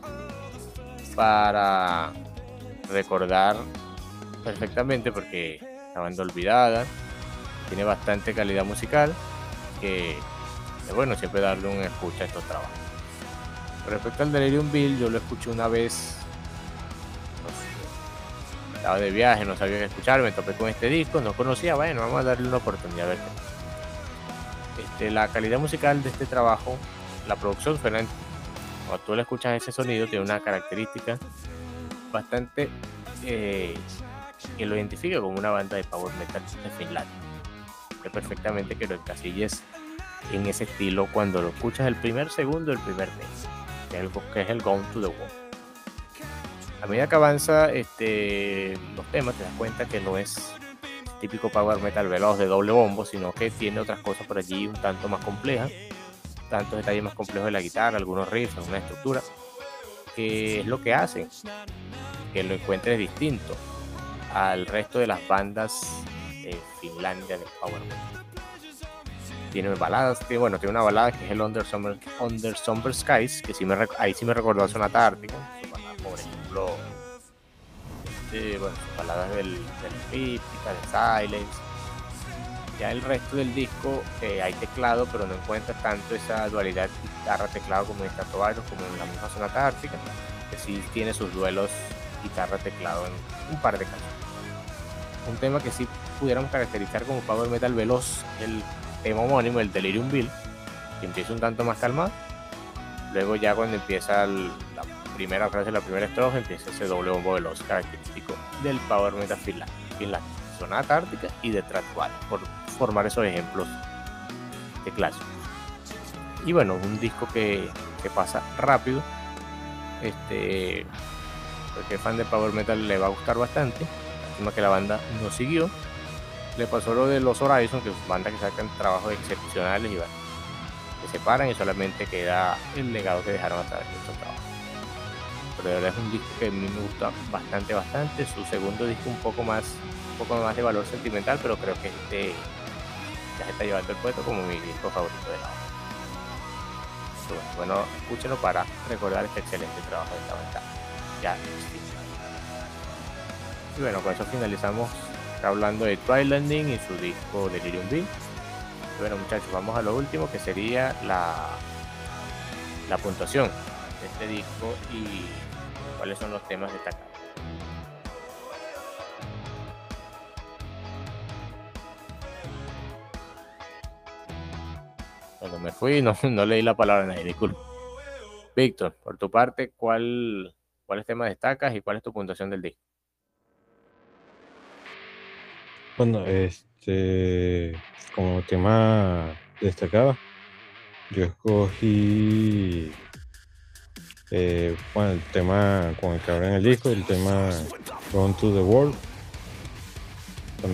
para recordar perfectamente, porque la banda olvidada, tiene bastante calidad musical, que es bueno siempre darle un escucha a estos trabajos. Respecto al Delirium Bill, yo lo escuché una vez, no sé, estaba de viaje, no sabía qué escuchar, me topé con este disco, no conocía, bueno, vamos a darle una oportunidad a ver qué. Este, la calidad musical de este trabajo, la producción suena, cuando tú le escuchas ese sonido, tiene una característica bastante eh, que lo identifica como una banda de power metal de Finlandia. Que perfectamente que lo encasilles en ese estilo cuando lo escuchas el primer segundo, el primer tema, que es el, que es el Gone to the Wall. A medida que avanza este, los temas, te das cuenta que no es típico power metal veloz de doble bombo, sino que tiene otras cosas por allí un tanto más complejas, tantos detalles más complejos de la guitarra, algunos riffs, una estructura, que es lo que hacen que lo encuentres distinto al resto de las bandas de Finlandia de power metal. Tiene baladas, tiene, bueno, tiene una balada que es el Under Summer, Under Summer Skies, que sí me, ahí sí me recordó a Sonata Ártica, por ejemplo, este, bueno, baladas del, del Críptica, de Silence. Ya el resto del disco eh, hay teclado, pero no encuentras tanto esa dualidad guitarra-teclado como en Stratovarius, como en la misma Sonata Ártica, que sí tiene sus duelos guitarra-teclado en un par de canciones. Un tema que sí pudiéramos caracterizar como power metal veloz, el tema homónimo, el Delirium Bill, que empieza un tanto más calmado. Luego ya cuando empieza el, la primera frase, la primera estrofa, empieza ese doble bombo veloz característico del power metal finlandés, Finlandia, Sonata Ártica y de Stratovarius, por formar esos ejemplos de clásicos. Y bueno, un disco que, que pasa rápido, este, porque fan de power metal le va a gustar bastante. Lástima que la banda no siguió. Le pasó lo de los Horizon, que es banda que sacan trabajos excepcionales y bueno, se separan y solamente queda el legado que dejaron hasta estos trabajos. Pero de verdad es un disco que a mí me gusta bastante, bastante. Su segundo disco un poco más, un poco más de valor sentimental, pero creo que este ya se está llevando el puesto como mi disco favorito de la banda. Bueno, escúchenlo para recordar este excelente trabajo de esta banda. Ya existe. Y bueno, con eso finalizamos hablando de Twilightning y su disco Delirium Bill. Y bueno, muchachos, vamos a lo último, que sería la, la puntuación de este disco y cuáles son los temas destacados. Cuando me fui no, no leí la palabra a nadie, disculpe. Víctor, por tu parte, ¿cuál, ¿cuáles temas destacas y cuál es tu puntuación del disco? Bueno, este, como tema destacado, yo escogí, eh, bueno, el tema con el que abre en el disco, el tema Gone to the World.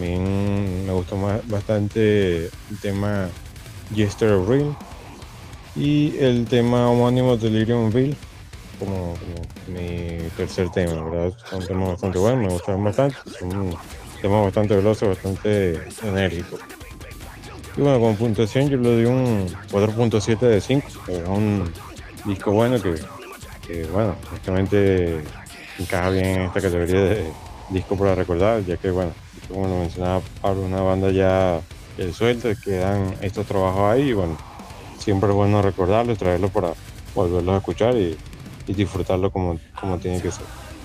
También me gustó más, bastante el tema Yesterday Real y el tema homónimo Deliriumville como, como mi tercer tema, ¿verdad? Son temas bastante buenos, me gustaron bastante, son temas bastante veloces, bastante enérgicos. Y bueno, como puntuación yo le doy un cuatro punto siete de cinco, es un disco bueno que, que bueno, justamente encaja bien en esta categoría de disco para recordar, ya que bueno, como lo mencionaba Pablo, una banda ya eh, suelta, quedan estos trabajos ahí y bueno, siempre es bueno recordarlos, traerlos para volverlos a escuchar y, y disfrutarlo como, como tiene que ser.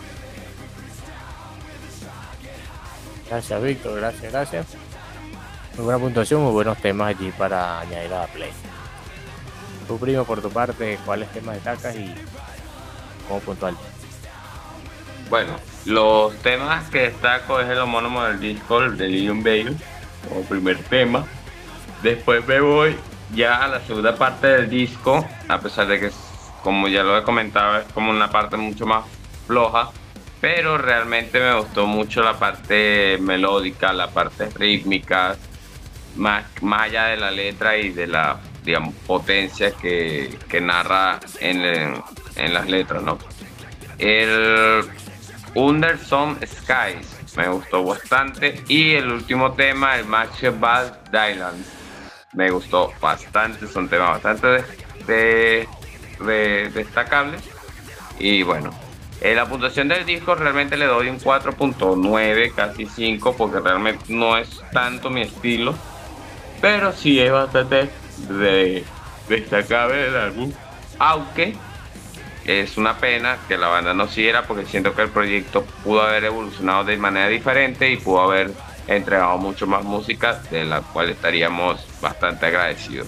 Gracias, Víctor, gracias, gracias. Muy buena puntuación, muy buenos temas allí para añadir a la play. Tu primo, por tu parte, ¿cuáles temas destacas y cómo puntual? Bueno, los temas que destaco es el homónimo del disco, el Deliriumville, como primer tema. Después me voy ya a la segunda parte del disco, a pesar de que, como ya lo he comentado, es como una parte mucho más floja, pero realmente me gustó mucho la parte melódica, la parte rítmica, más, más allá de la letra y de la, digamos, potencia que, que narra en, el, en las letras, ¿no? El Under Some Skies me gustó bastante, y el último tema, el Match Bad Dylan, me gustó bastante, son temas bastante de, de, de, destacables. Y bueno, eh, la puntuación del disco realmente le doy un cuatro punto nueve, casi cinco, porque realmente no es tanto mi estilo, pero sí es bastante de, destacable el álbum, aunque es una pena que la banda no siguiera, porque siento que el proyecto pudo haber evolucionado de manera diferente y pudo haber entregado mucho más música, de la cual estaríamos bastante agradecidos.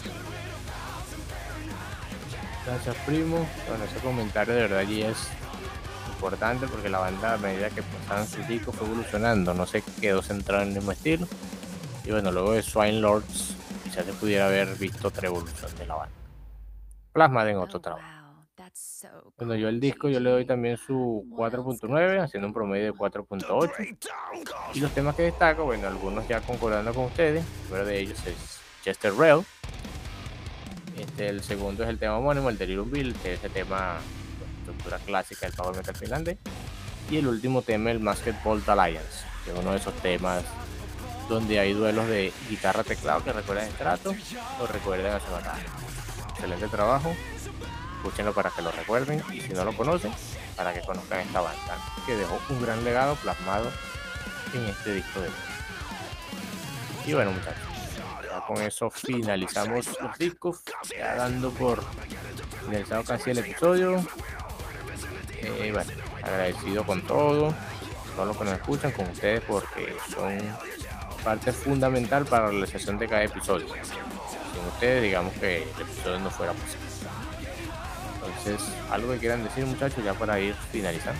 Gracias, primo. Bueno, ese comentario de verdad allí es importante, porque la banda, a medida que pasaban sus discos, fue evolucionando, no se quedó centrado en el mismo estilo. Y bueno, luego de Swine Lords quizás se pudiera haber visto otra evolución de la banda, plasmada en otro trabajo. Bueno, yo el disco yo le doy también su cuatro punto nueve, haciendo un promedio de cuatro punto ocho. Y los temas que destaco, bueno, algunos ya concordando con ustedes. El primero de ellos es Chester Rail. Este, el segundo es el tema homónimo, el Deliriumville, que es ese tema de estructura clásica del power metal finlandés. Y el último tema, el Masked Bolt Alliance, que es uno de esos temas donde hay duelos de guitarra-teclado que recuerdan Strato o recuerdan a Sabaton. Excelente trabajo, escúchenlo para que lo recuerden, y si no lo conocen, para que conozcan esta banda que dejó un gran legado plasmado en este disco de hoy. Y bueno, muchachos, ya con eso finalizamos los discos, ya dando por finalizado casi el episodio. Eh, bueno, agradecido con todo, todos los que nos escuchan, con ustedes, porque son parte fundamental para la realización de cada episodio. Sin ustedes, digamos que el episodio no fuera posible. Entonces, algo que quieran decir, muchachos, ya para ir finalizando.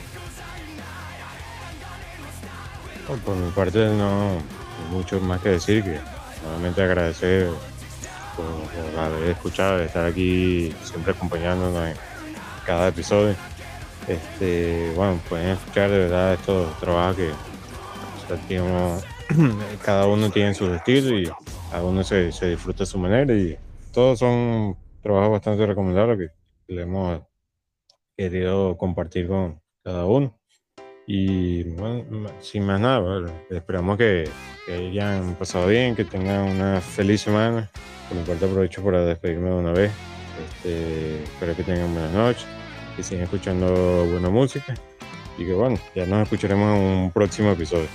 Bueno, por mi parte no hay mucho más que decir, que nuevamente agradecer por, por haber escuchado, de estar aquí siempre acompañándonos en cada episodio. Este, bueno, pueden escuchar de verdad estos trabajos que, o sea, digamos, cada uno tiene su estilo y cada uno se, se disfruta a su manera, y todos son trabajos bastante recomendables que le hemos querido compartir con cada uno. Y bueno, sin más nada, bueno, esperamos que, que hayan pasado bien, que tengan una feliz semana. Por mi parte aprovecho para despedirme de una vez. Este, espero que tengan buenas noches, que sigan escuchando buena música, y que bueno, ya nos escucharemos en un próximo episodio.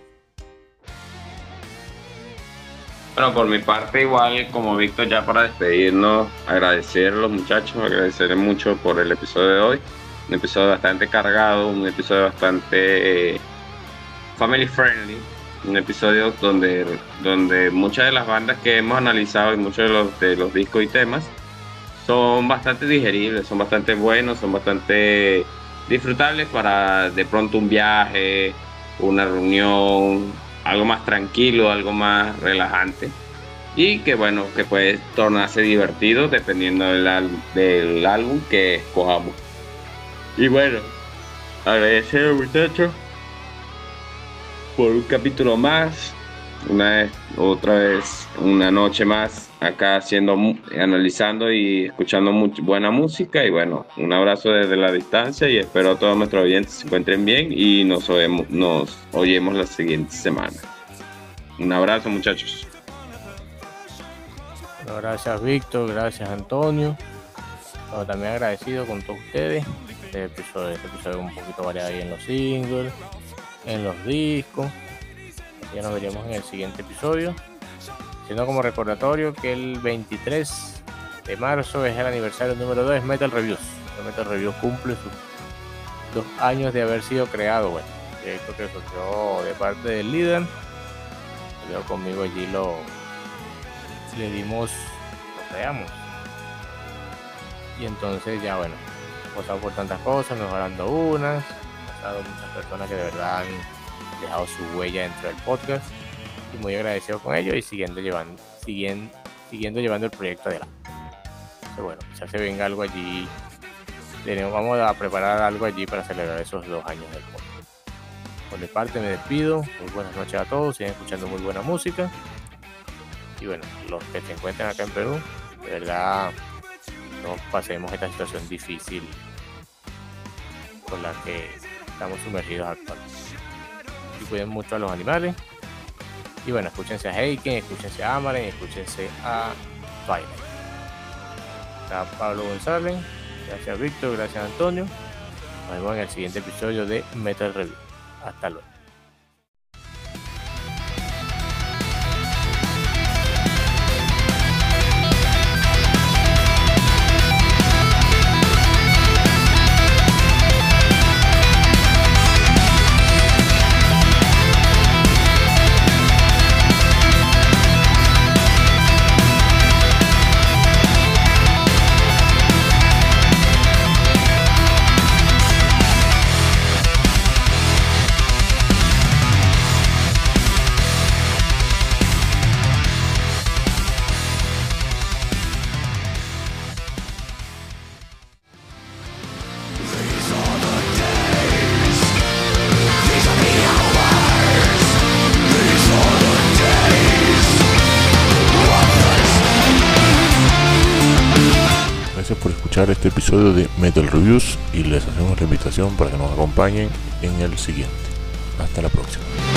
Bueno, por mi parte igual, como Víctor, ya para despedirnos, agradecer a los muchachos, agradecerles mucho por el episodio de hoy. Un episodio bastante cargado, un episodio bastante eh, family friendly, un episodio donde, donde muchas de las bandas que hemos analizado y muchos de los, de los discos y temas son bastante digeribles, son bastante buenos, son bastante disfrutables para de pronto un viaje, una reunión, algo más tranquilo, algo más relajante, y que bueno, que puede tornarse divertido dependiendo del, del álbum que escojamos. Y bueno, agradecer a los muchachos por un capítulo más. una vez, otra vez, una noche más acá haciendo, analizando y escuchando mucha buena música. Y bueno, un abrazo desde la distancia y espero a todos nuestros oyentes se encuentren bien y nos oemos, nos oyemos la siguiente semana. Un abrazo, muchachos. Bueno, gracias Víctor, gracias Antonio. Bueno, también agradecido con todos ustedes. Este episodio, este episodio un poquito variado ahí en los singles, en los discos. Ya nos veremos en el siguiente episodio. Siendo como recordatorio que el veintitrés de marzo es el aniversario número dos de Metal Reviews. El Metal Reviews cumple sus dos años de haber sido creado. Bueno, proyecto que surgió de parte del líder. Luego conmigo allí lo le dimos, lo creamos. Y entonces ya bueno, hemos pasado por tantas cosas, mejorando unas, pasado muchas personas que de verdad han dejado su huella dentro del podcast y muy agradecido con ello y siguiendo llevando siguiendo, siguiendo llevando el proyecto adelante. Entonces, bueno, quizás se venga algo allí, tenemos, vamos a preparar algo allí para celebrar esos dos años del podcast. Por mi parte me despido, muy buenas noches a todos, siguen escuchando muy buena música y bueno, los que se encuentran acá en Perú, de verdad no pasemos esta situación difícil con la que estamos sumergidos actualmente. Y cuiden mucho a los animales. Y bueno, escúchense a Heiken, escúchense a Amaren, escúchense a Twilight. Gracias Pablo González, gracias Víctor, gracias Antonio. Nos vemos en el siguiente episodio de Metal Review. Hasta luego. Gracias por escuchar este episodio de Metal Reviews y les hacemos la invitación para que nos acompañen en el siguiente. Hasta la próxima.